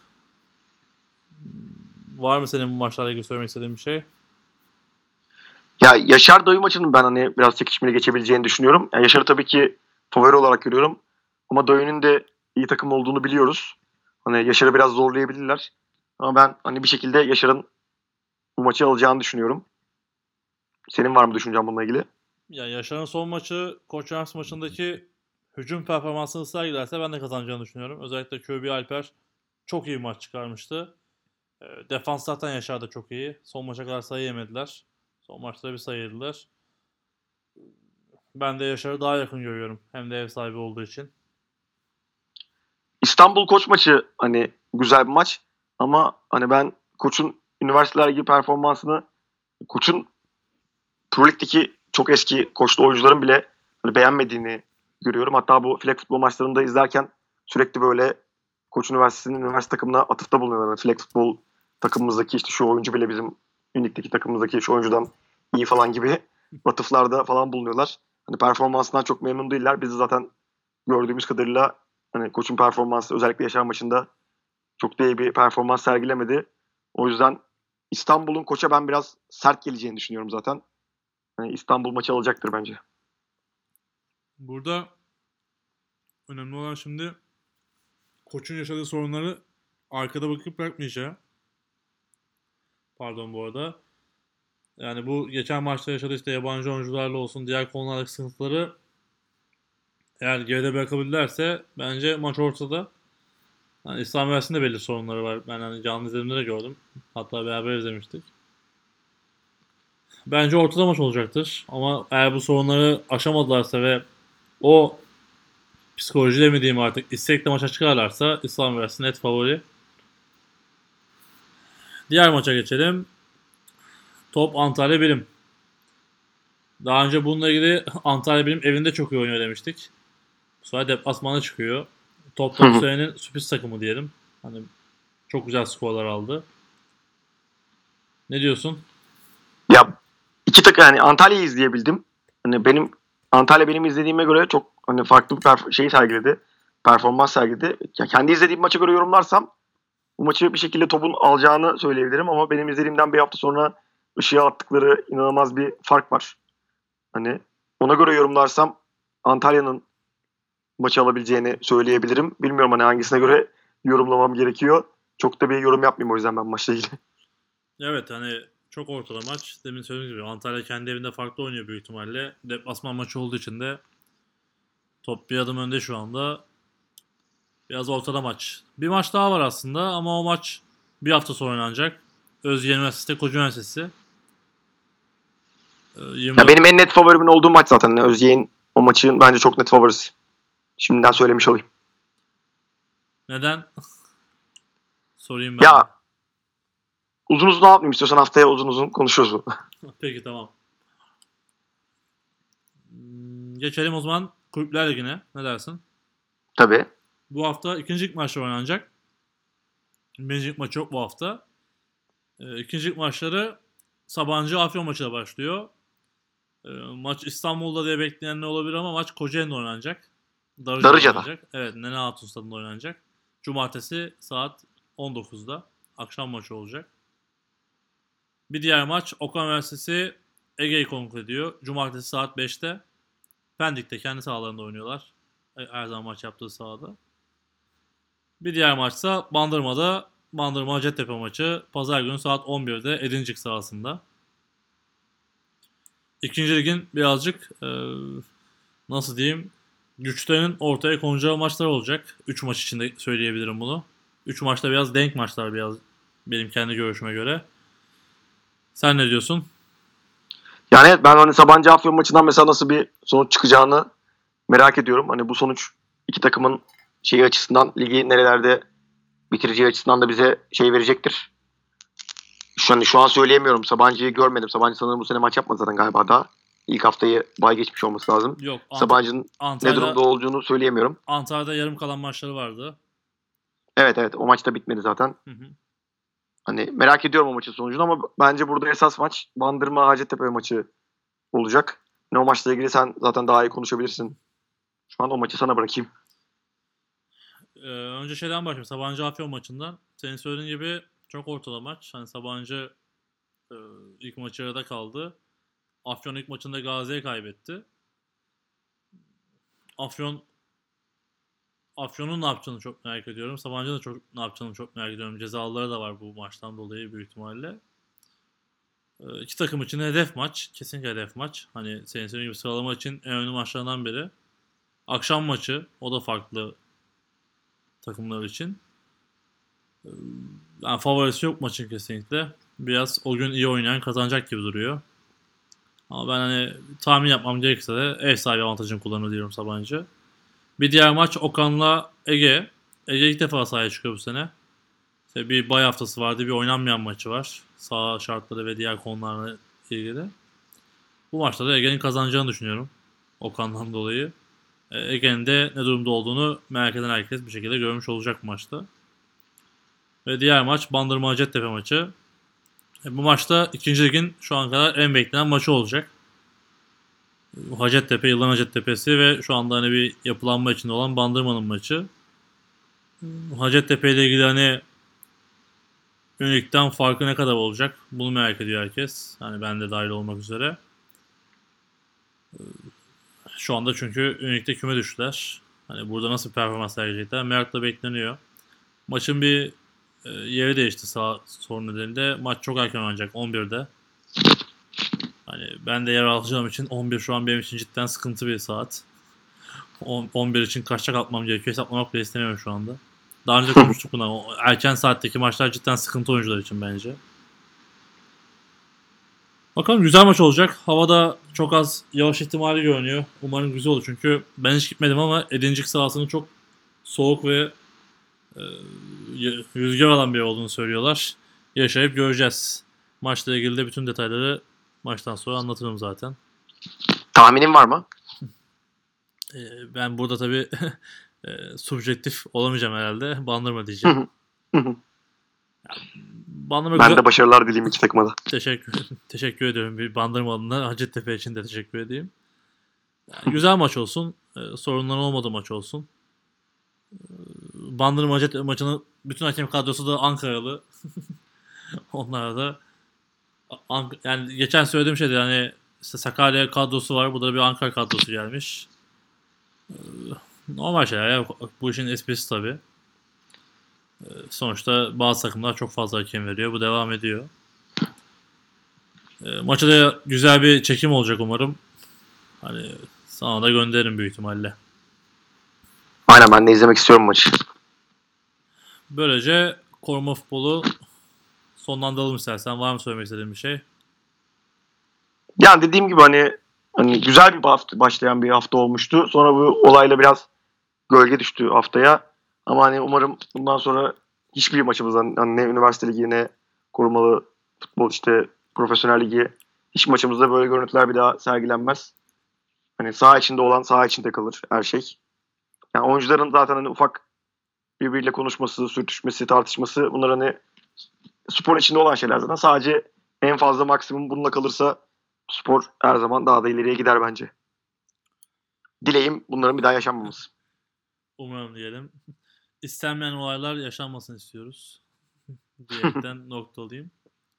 Var mı senin bu maçlarla ilgili söylemek istediğin bir şey? Ya Yaşar Dayı maçının ben hani biraz çekişmeli geçebileceğini düşünüyorum. Yani Yaşar'ı tabii ki favori olarak görüyorum. Ama Dayı'nın de iyi takım olduğunu biliyoruz. Hani Yaşar'ı biraz zorlayabilirler. Ama ben hani bir şekilde Yaşar'ın bu maçı alacağını düşünüyorum. Senin var mı düşüncen bununla ilgili? Ya Yaşar'ın son maçı Koç Üniversitesi maçındaki hücum performansını ısrar giderse ben de kazanacağını düşünüyorum. Özellikle Köbi Alper çok iyi bir maç çıkarmıştı. E, defans zaten Yaşar da çok iyi. Son maça kadar sayı yemediler. Son maçta bir sayı yediler. Ben de Yaşar'ı daha yakın görüyorum. Hem de ev sahibi olduğu için. İstanbul Koç maçı hani güzel bir maç ama hani ben Koç'un üniversiteler gibi performansını, Koç'un Pro Lig'deki çok eski koçlu oyuncuların bile hani beğenmediğini görüyorum. Hatta bu flag futbol maçlarını da izlerken sürekli böyle Koç Üniversitesi'nin üniversite takımına atıfta bulunuyorlar. Yani flag futbol takımımızdaki işte şu oyuncu bile bizim Unique'deki takımımızdaki şu oyuncudan iyi falan gibi atıflarda falan bulunuyorlar. Hani performansından çok memnun değiller. Biz de zaten gördüğümüz kadarıyla hani Koç'un performansı özellikle Yaşar maçında çok da iyi bir performans sergilemedi. O yüzden İstanbul'un Koç'a ben biraz sert geleceğini düşünüyorum zaten. Yani İstanbul maçı alacaktır bence. Burada önemli olan şimdi Koç'un yaşadığı sorunları arkada bakıp bırakmayacağı. Pardon bu arada. Yani bu geçen maçta yaşadığı işte yabancı oyuncularla olsun diğer konulardaki sıkıntıları eğer geride bırakabilirlerse bence maç ortada. Yani İslam Üniversitesi'nde belli sorunları var. Ben hani canlı izlediğimde de gördüm. Hatta beraber izlemiştik. Bence ortada maç olacaktır. Ama eğer bu sorunları aşamadılarsa ve o psikoloji demediğim artık istekle maça çıkarlarsa İslam Üniversitesi net favori. Diğer maça geçelim. Top Antalya Bilim. Daha önce bununla ilgili Antalya Bilim evinde çok iyi oynuyor demiştik. Bu sefer deplasmana çıkıyor. Topta bu senenin sürpriz takımı diyelim. Hani çok güzel skorlar aldı. Ne diyorsun? Ya iki takım yani Antalya'yı izleyebildim. Hani benim Antalya benim izlediğime göre çok hani farklı bir perf- şey sergiledi. Performans sergiledi. Ya kendi izlediğim maça göre yorumlarsam bu maçı bir şekilde topun alacağını söyleyebilirim ama benim izlediğimden bir hafta sonra ışığa attıkları inanılmaz bir fark var. Hani ona göre yorumlarsam Antalya'nın maçı alabileceğini söyleyebilirim. Bilmiyorum hani hangisine göre yorumlamam gerekiyor. Çok da bir yorum yapmayayım o yüzden ben maçla ilgili. Evet hani çok ortada maç. Demin söylediğim gibi Antalya kendi evinde farklı oynuyor büyük ihtimalle. Deplasman maçı olduğu için de top bir adım önde şu anda. Biraz ortada maç. Bir maç daha var aslında ama o maç bir hafta sonra oynanacak. Özyeğin Üniversitesi, Koca Üniversitesi. Ee, Ya yirmi dört benim en net favorimin olduğu maç zaten. Yani Özyeğin o maçın bence çok net favorisi. Şimdiden söylemiş olayım. Neden? Sorayım ben de. Ya uzun uzun anlatmayayım istiyorsan haftaya uzun uzun konuşuruz bu. Peki tamam. Hmm, Geçelim o zaman Kulüpler Ligi'ne. Ne dersin? Tabii. Bu hafta ikinci lig maçları oynanacak. Birinci lig maçı yok bu hafta. Ee, ikinci lig maçları Sabancı Afyon maçıyla başlıyor. Ee, maç İstanbul'da diye bekleyenler olabilir ama maç Kocaeli'de oynanacak. Darıca'da Darıca'da. oynanacak. Evet, Nene Hatun Stadı'nda oynanacak. Cumartesi saat on dokuzda. Akşam maçı olacak. Bir diğer maç Okan Üniversitesi Ege'yi konuk ediyor. Cumartesi saat beşte. Pendik'te kendi sahalarında oynuyorlar. Her zaman maç yaptığı sahada. Bir diğer maçsa Bandırma'da Bandırma Hacettepe maçı. Pazar günü saat on birde Edincik sahasında. İkinci ligin birazcık e, nasıl diyeyim güçlerinin ortaya konacağı maçlar olacak. Üç maç içinde söyleyebilirim bunu. Üç maçta biraz denk maçlar biraz benim kendi görüşüme göre. Sen ne diyorsun? Yani evet ben hani Sabancı Afyon maçından mesela nasıl bir sonuç çıkacağını merak ediyorum. Hani bu sonuç iki takımın şeyi açısından ligi nerelerde bitireceği açısından da bize şey verecektir. Şu an, şu an söyleyemiyorum. Sabancı'yı görmedim. Sabancı sanırım bu sene maç yapmadı zaten galiba daha. İlk haftayı bay geçmiş olması lazım. Yok Ant- Sabancı'nın ne Antalya durumda olduğunu söyleyemiyorum. Antalya'da yarım kalan maçları vardı. Evet evet o maç da bitmedi zaten. Hı hı. Hani merak ediyorum o maçın sonucunu ama bence burada esas maç Bandırma Hacettepe maçı olacak. Ne o maçla ilgili sen zaten daha iyi konuşabilirsin. Şu an o maçı sana bırakayım. Ee, önce şeyden başlayayım. Sabancı Afyon maçından. Senin söylediğin gibi çok ortada maç. Hani Sabancı e, ilk maçı arada kaldı. Afyon ilk maçında Gazi'ye kaybetti. Afyon Afyon'un ne yapacağını çok merak ediyorum. Sabancı'nın da çok ne yapacağını çok merak ediyorum. Cezalıları da var bu maçtan dolayı büyük ihtimalle. Ee, iki takım için hedef maç. Kesinlikle hedef maç. Hani senin söylediğin gibi sıralama için en önemli maçlarından biri. Akşam maçı. O da farklı takımlar için. Ee, Yani favorisi yok maçın kesinlikle. Biraz o gün iyi oynayan kazanacak gibi duruyor. Ama ben hani tahmin yapmam gerekirse de ev sahibi avantajını kullanır diyorum Sabancı. Bir diğer maç Okan'la Ege. Ege ilk defa sahaya çıkıyor bu sene. İşte bir bay haftası vardı, bir oynanmayan maçı var. Saha şartları ve diğer konularla ilgili. Bu maçta da Ege'nin kazanacağını düşünüyorum. Okan'dan dolayı. E, Ege'nin de ne durumda olduğunu merak eden herkes bir şekilde görmüş olacak bu maçta. Ve diğer maç Bandırma Hacettepe maçı. E, bu maçta ikinci ligin şu an kadar en beklenen maçı olacak. Hacettepe, yılların Hacettepe'si ve şu anda hani bir yapılanma içinde olan Bandırma'nın maçı. Hacettepe ile ilgili hani Ünik'ten farkı ne kadar olacak? Bunu merak ediyor herkes. Hani ben de dahil olmak üzere. Şu anda çünkü Ünik'te küme düştüler. Hani burada nasıl bir performans sergileyecekler merakla bekleniyor. Maçın bir e, yeri değişti sağ sorun nedeniyle. Maç çok erken oynanacak on birde. Hani ben de yer alacağım için on bir şu an benim için cidden sıkıntı bir saat. on bir için kaçacak atmam gerekiyor. Hesaplamak bile istemiyorum şu anda. Daha önce konuştuk bundan. O erken saatteki maçlar cidden sıkıntı oyuncular için bence. Bakalım güzel maç olacak. Havada çok az yağış ihtimali görünüyor. Umarım güzel olur. Çünkü ben hiç gitmedim ama Edincik sahasının çok soğuk ve e, rüzgar alan bir yer olduğunu söylüyorlar. Yaşayıp göreceğiz. Maçla ilgili de bütün detayları maçtan sonra anlatırım zaten. Tahminin var mı? E, ben burada tabii e, subjektif olamayacağım herhalde. Bandırma diyeceğim. Bandırma Ben güzel... de başarılar dileyim iki takıma da. Teşekkür, teşekkür ediyorum. Bir Bandırma adına Hacettepe için de teşekkür edeyim. Yani güzel maç olsun. E, sorunların olmadığı maç olsun. E, Bandırma Hacettepe maçının bütün hakem kadrosu da Ankaralı. Onlara da Ank- yani geçen söylediğim şeydi yani işte Sakarya kadrosu var. Bu da bir Ankara kadrosu gelmiş. E, normal şeyler ya. Bu işin esprisi tabii. E, sonuçta bazı takımlar çok fazla hakem veriyor. Bu devam ediyor. E, maça da güzel bir çekim olacak umarım. Hani sana da gönderirim büyük ihtimalle. Aynen, ben de izlemek istiyorum maçı. Böylece koruma futbolu sonlandıralım istersen. Var mı söylemek istediğin bir şey? Yani dediğim gibi hani hani güzel bir hafta, başlayan bir hafta olmuştu. Sonra bu olayla biraz gölge düştü haftaya. Ama hani umarım bundan sonra hiçbir maçımızdan hani ne üniversite ligi ne korumalı futbol işte profesyonel ligi hiç maçımızda böyle görüntüler bir daha sergilenmez. Hani saha içinde olan saha içinde kalır her şey. Yani oyuncuların zaten hani ufak birbiriyle konuşması, sürtüşmesi, tartışması bunlar hani spor içinde olan şeyler zaten. Sadece en fazla maksimum bununla kalırsa spor her zaman daha da ileriye gider bence. Dileğim bunların bir daha yaşanmaması. Umarım diyelim. İstenmeyen olaylar yaşanmasını istiyoruz. Diyerekten noktalayayım.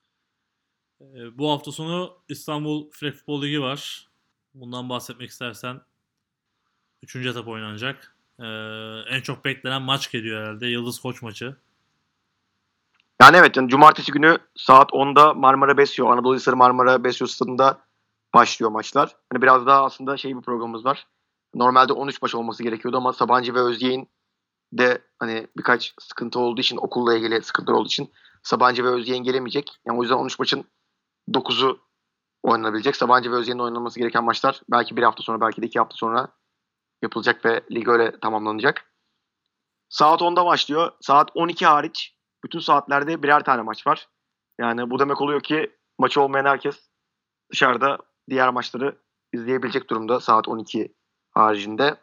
Ee, bu hafta sonu İstanbul Flag Futbol Ligi var. Bundan bahsetmek istersen üçüncü etap oynanacak. Ee, en çok beklenen maç geliyor herhalde. Yıldız Koç maçı. Yani evet, yani cumartesi günü saat onda Marmara Besyo, Anadolu Hisarı Marmara Besyo stadında başlıyor maçlar. Hani biraz daha aslında şey bir programımız var. Normalde on üç maç olması gerekiyordu ama Sabancı ve Özyeğin de hani birkaç sıkıntı olduğu için, okulla ilgili sıkıntılar olduğu için Sabancı ve Özyeğin gelemeyecek. Yani o yüzden on üç maçın dokuzu oynanabilecek. Sabancı ve Özyeğin'in oynanması gereken maçlar belki bir hafta sonra, belki de iki hafta sonra yapılacak ve lig öyle tamamlanacak. Saat onda başlıyor. Saat on iki hariç bütün saatlerde birer tane maç var. Yani bu demek oluyor ki maçı olmayan herkes dışarıda diğer maçları izleyebilecek durumda saat on iki haricinde.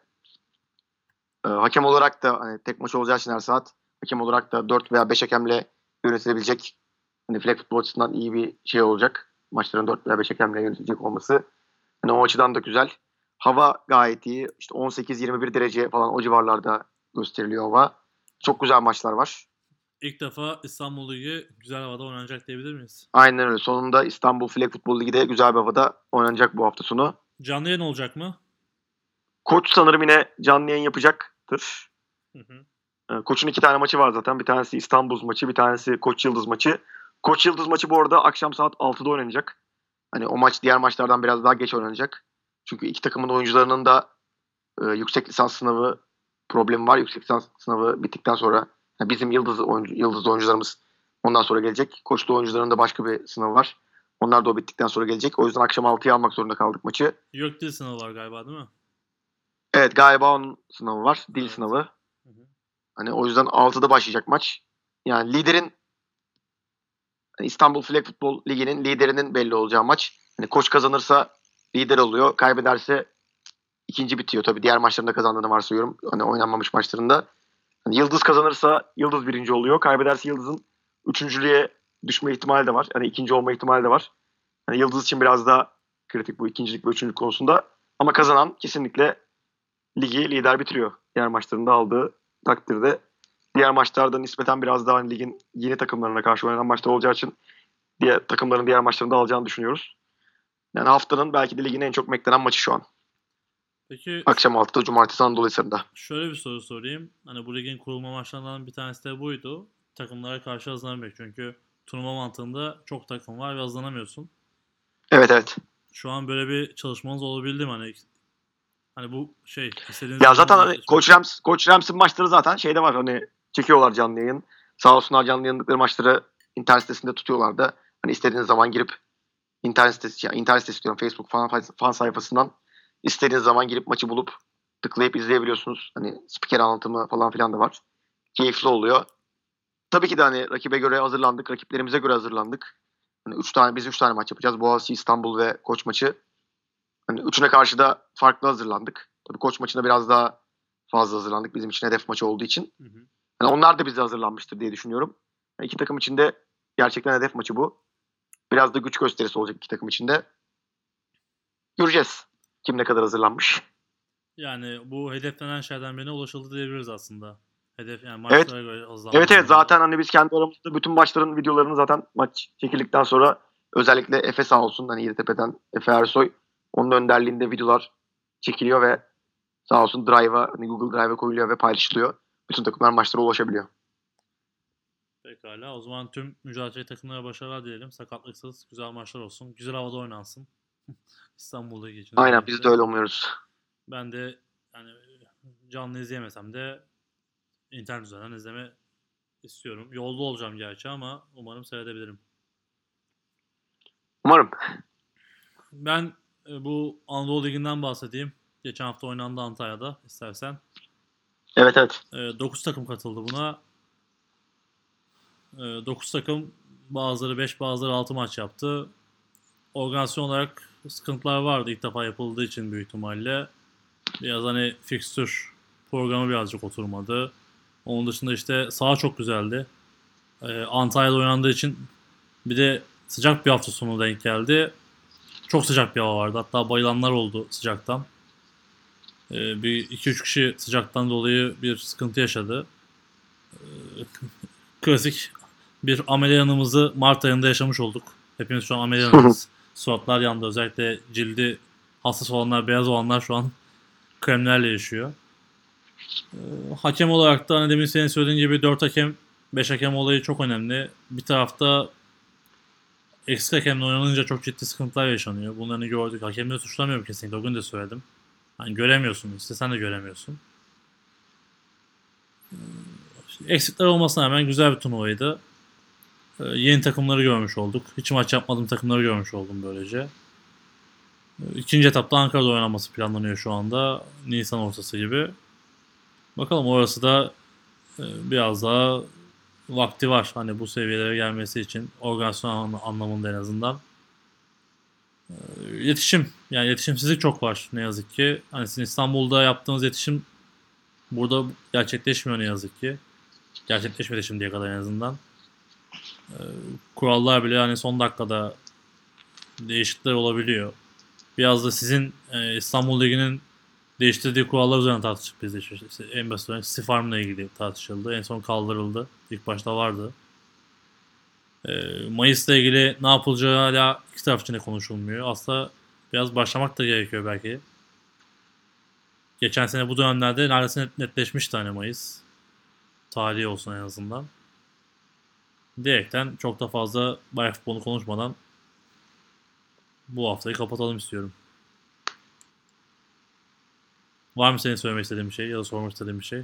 Ee, hakem olarak da hani tek maç olacağı için her saat hakem olarak da dört veya beş hakemle yönetilebilecek, hani flag futbol açısından iyi bir şey olacak. Maçların dört veya beş hakemle yönetilecek olması. Hani o açıdan da güzel. Hava gayet iyi. İşte on sekiz yirmi bir derece falan o civarlarda gösteriliyor hava. Çok güzel maçlar var. İlk defa İstanbul Ligi güzel havada oynanacak diyebilir miyiz? Aynen öyle. Sonunda İstanbul Flag Futbol Ligi de güzel bir havada oynanacak bu hafta sonu. Canlı yayın olacak mı? Koç sanırım yine canlı yayın yapacaktır. Hı hı. Koç'un iki tane maçı var zaten. Bir tanesi İstanbul maçı, bir tanesi Koç Yıldız maçı. Koç Yıldız maçı bu arada akşam saat altıda oynanacak. Hani o maç diğer maçlardan biraz daha geç oynanacak. Çünkü iki takımın oyuncularının da e, yüksek lisans sınavı problemi var. Yüksek lisans sınavı bittikten sonra yani bizim Yıldız oyuncu, Yıldız oyuncularımız ondan sonra gelecek. Koçlu oyuncuların da başka bir sınavı var. Onlar da o bittikten sonra gelecek. O yüzden akşam altıya almak zorunda kaldık maçı. Yok dil sınavı var galiba değil mi? Evet, galiba onun sınavı var. Dil Evet. sınavı. Hı hı. Hani o yüzden altıda başlayacak maç. Yani liderin hani İstanbul Flag Futbol Ligi'nin liderinin belli olacağı maç. Hani koç kazanırsa lider oluyor. Kaybederse ikinci bitiyor. Tabii diğer maçlarında kazandığını varsayıyorum. Hani oynanmamış maçlarında. Hani Yıldız kazanırsa Yıldız birinci oluyor. Kaybederse Yıldız'ın üçüncülüğe düşme ihtimali de var. Hani ikinci olma ihtimali de var. Hani Yıldız için biraz daha kritik bu ikincilik ve üçüncülük konusunda. Ama kazanan kesinlikle ligi lider bitiriyor. Diğer maçlarında aldığı takdirde. Diğer maçlarda nispeten biraz daha hani ligin yeni takımlarına karşı oynanan maçlar olacağı için diğer takımların diğer maçlarında alacağını düşünüyoruz. Yani haftanın belki de ligin en çok beklenen maçı şu an. Peki Akşam altıda Cumartesi Anadolu Hisarı'nda. şöyle bir soru sorayım. Hani bu ligin kurulma maçlarından bir tanesi de buydu. Takımlara karşı hazırlanmak. Çünkü turnuva mantığında çok takım var ve hazırlanamıyorsun. Evet evet. Şu an böyle bir çalışmanız olabildi mi? Hani hani bu şey istediğiniz Ya gibi zaten mi hani gerçekleşmedi? Koç Rams, Koç Rams'in maçları zaten şeyde var, hani çekiyorlar canlı yayın. Sağ olsunlar, canlı yayınladıkları maçları internet sitesinde tutuyorlardı. Hani istediğiniz zaman girip internet sitesi, ya internet sitesi diyorum, Facebook fan, fan sayfasından istediğiniz zaman girip maçı bulup tıklayıp izleyebiliyorsunuz. Hani spiker anlatımı falan filan da var. Keyifli oluyor. Tabii ki de hani rakibe göre hazırlandık, rakiplerimize göre hazırlandık. Hani üç tane biz üç tane maç yapacağız. Boğaziçi, İstanbul ve Koç maçı. Hani üçüne karşı da farklı hazırlandık. Tabii Koç maçına biraz daha fazla hazırlandık. Bizim için hedef maçı olduğu için. Hı hı. Yani onlar da bize hazırlanmıştır diye düşünüyorum. Yani iki takım için de gerçekten hedef maçı bu. Biraz da güç gösterisi olacak iki takım için de. Göreceğiz kim ne kadar hazırlanmış. Yani bu hedeflenen şeyden birine ulaşıldı diyebiliriz aslında. Hedef yani Evet. maçlara göre hazırlanma Evet evet, anlamında. zaten hani biz kendi aramızda bütün maçların videolarını zaten maç çekildikten sonra özellikle Efe sağ olsun, hani Yeditepe'den Efe Ersoy, onun önderliğinde videolar çekiliyor ve sağ olsun Drive'a, hani Google Drive'a koyuluyor ve paylaşılıyor. Bütün takımlar maçlara ulaşabiliyor. Pekala. O zaman tüm mücadele takımlara başarılar diyelim. Sakatlıksız güzel maçlar olsun. Güzel havada oynansın. İstanbul'da için Aynen, biz de özellikle. öyle umuyoruz. Ben de yani canlı izleyemesem de internet üzerinden izleme istiyorum. Yolda olacağım gerçi ama umarım seyredebilirim. Umarım. Ben e, bu Anadolu Ligi'nden bahsedeyim. Geçen hafta oynandı Antalya'da istersen. Evet evet. E, dokuz takım katıldı buna. E, dokuz takım, bazıları beş bazıları altı maç yaptı. Organizasyon olarak sıkıntılar vardı ilk defa yapıldığı için büyük ihtimalle. Biraz hani fikstür programı birazcık oturmadı. Onun dışında işte saha çok güzeldi. Ee, Antalya'da oynandığı için bir de sıcak bir hafta sonu denk geldi. Çok sıcak bir hava vardı. Hatta bayılanlar oldu sıcaktan. Ee, bir iki üç kişi sıcaktan dolayı bir sıkıntı yaşadı. Ee, Klasik bir ameliyanımızı Mart ayında yaşamış olduk. Hepimiz şu an ameliyanız. Suratlar yandı. Özellikle cildi hassas olanlar, beyaz olanlar şu an kremlerle yaşıyor. Ee, Hakem olarak da hani demin senin söylediğin gibi dört hakem, beş hakem olayı çok önemli. Bir tarafta eksik hakemle oynanınca çok ciddi sıkıntılar yaşanıyor. Bunları gördük. Hakemleri suçlamıyorum kesinlikle. O gün de söyledim. Hani göremiyorsun. İstesen de göremiyorsun. Eksikler olmasına rağmen güzel bir turnuvaydı. Ee, yeni takımları görmüş olduk. Hiç maç yapmadığım takımları görmüş oldum böylece. Ee, İkinci etapta Ankara'da oynanması planlanıyor şu anda. Nisan ortası gibi. Bakalım, orası da e, biraz daha vakti var. Hani bu seviyelere gelmesi için organizasyon anla- anlamında en azından. Ee, İletişim, yani iletişimsizlik çok var ne yazık ki. Hani sizin İstanbul'da yaptığınız iletişim burada gerçekleşmiyor ne yazık ki. Gerçekleşmedi şimdiye kadar en azından. Ee, Kurallar bile hani son dakikada değişiklikler olabiliyor. Biraz da sizin e, İstanbul Ligi'nin değiştirdiği kurallar üzerine tartıştık biz de. İşte İşte en basit olarak Stifarm'la ilgili tartışıldı. En son kaldırıldı. İlk başta vardı. Ee, Mayıs'la ilgili ne yapılacağı hala iki taraf için de konuşulmuyor. Aslında biraz başlamak da gerekiyor belki. Geçen sene bu dönemlerde neredeyse net- netleşmişti hani Mayıs. Tarihi olsun en azından. Diyerekten çok da fazla bayağı futbolu konuşmadan bu haftayı kapatalım istiyorum. Var mı senin söylemek istediğin bir şey ya da sormak istediğin bir şey?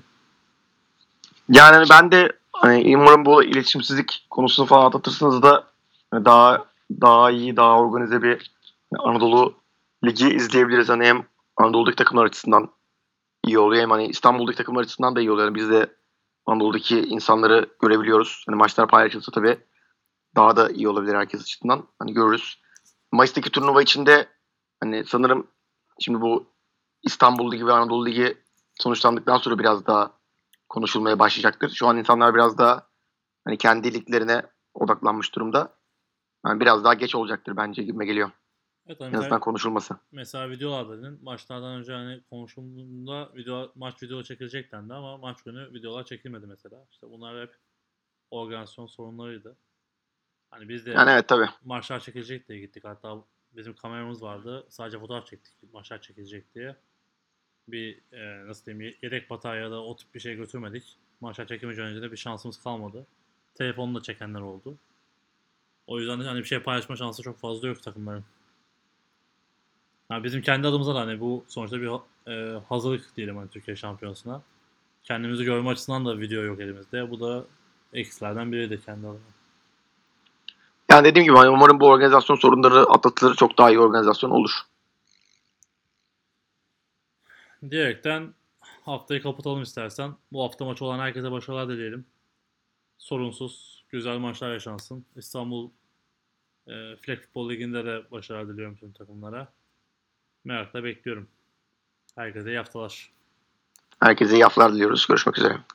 Yani ben de hani umarım bu iletişimsizlik konusunu falan atlatırsınız da hani daha daha iyi, daha organize bir Anadolu Ligi izleyebiliriz. Hani hem Anadolu'daki takımlar açısından iyi oluyor hem hani İstanbul'daki takımlar açısından da iyi oluyor. Yani biz de Anadolu'daki insanları görebiliyoruz. Hani maçlar paylaşılsa tabii daha da iyi olabilir herkes açısından. Hani görürüz. Mayıs'taki turnuva içinde hani sanırım şimdi bu İstanbul Ligi ve Anadolu Ligi sonuçlandıktan sonra biraz daha konuşulmaya başlayacaktır. Şu an insanlar biraz daha hani kendi liglerine odaklanmış durumda. Yani biraz daha geç olacaktır bence gibime geliyor. Evet, hani En mesela, azından konuşulması. mesela videolar dedin. Maçlardan önce hani konuşulduğunda video, maç video çekilecek dendi ama maç günü videolar çekilmedi mesela. İşte bunlar hep organizasyon sorunlarıydı. Hani biz de Yani evet tabii. maçlar çekilecek diye gittik. Hatta bizim kameramız vardı. Sadece fotoğraf çektik maçlar çekilecek diye. Bir e, nasıl diyeyim yedek batarya ya da o tip bir şey götürmedik. Maçlar çekilmeyecek önce de bir şansımız kalmadı. Telefonla çekenler oldu. O yüzden de hani bir şey paylaşma şansı çok fazla yok takımların. Yani bizim kendi adımıza da hani bu sonuçta bir e, hazırlık diyelim hani Türkiye Şampiyonası'na. Kendimizi görme açısından da video yok elimizde. Bu da eksilerden biridir kendi adıma. Yani dediğim gibi hani umarım bu organizasyon sorunları atlatılır. Çok daha iyi organizasyon olur. Diyerekten haftayı kapatalım istersen. Bu hafta maçı olan herkese başarılar dileyelim. Sorunsuz, güzel maçlar yaşansın. İstanbul e, Flag Futbol Ligi'nde de başarılar diliyorum tüm takımlara. Merakla bekliyorum. Herkese iyi haftalar. Herkese iyi haftalar diliyoruz. Görüşmek üzere.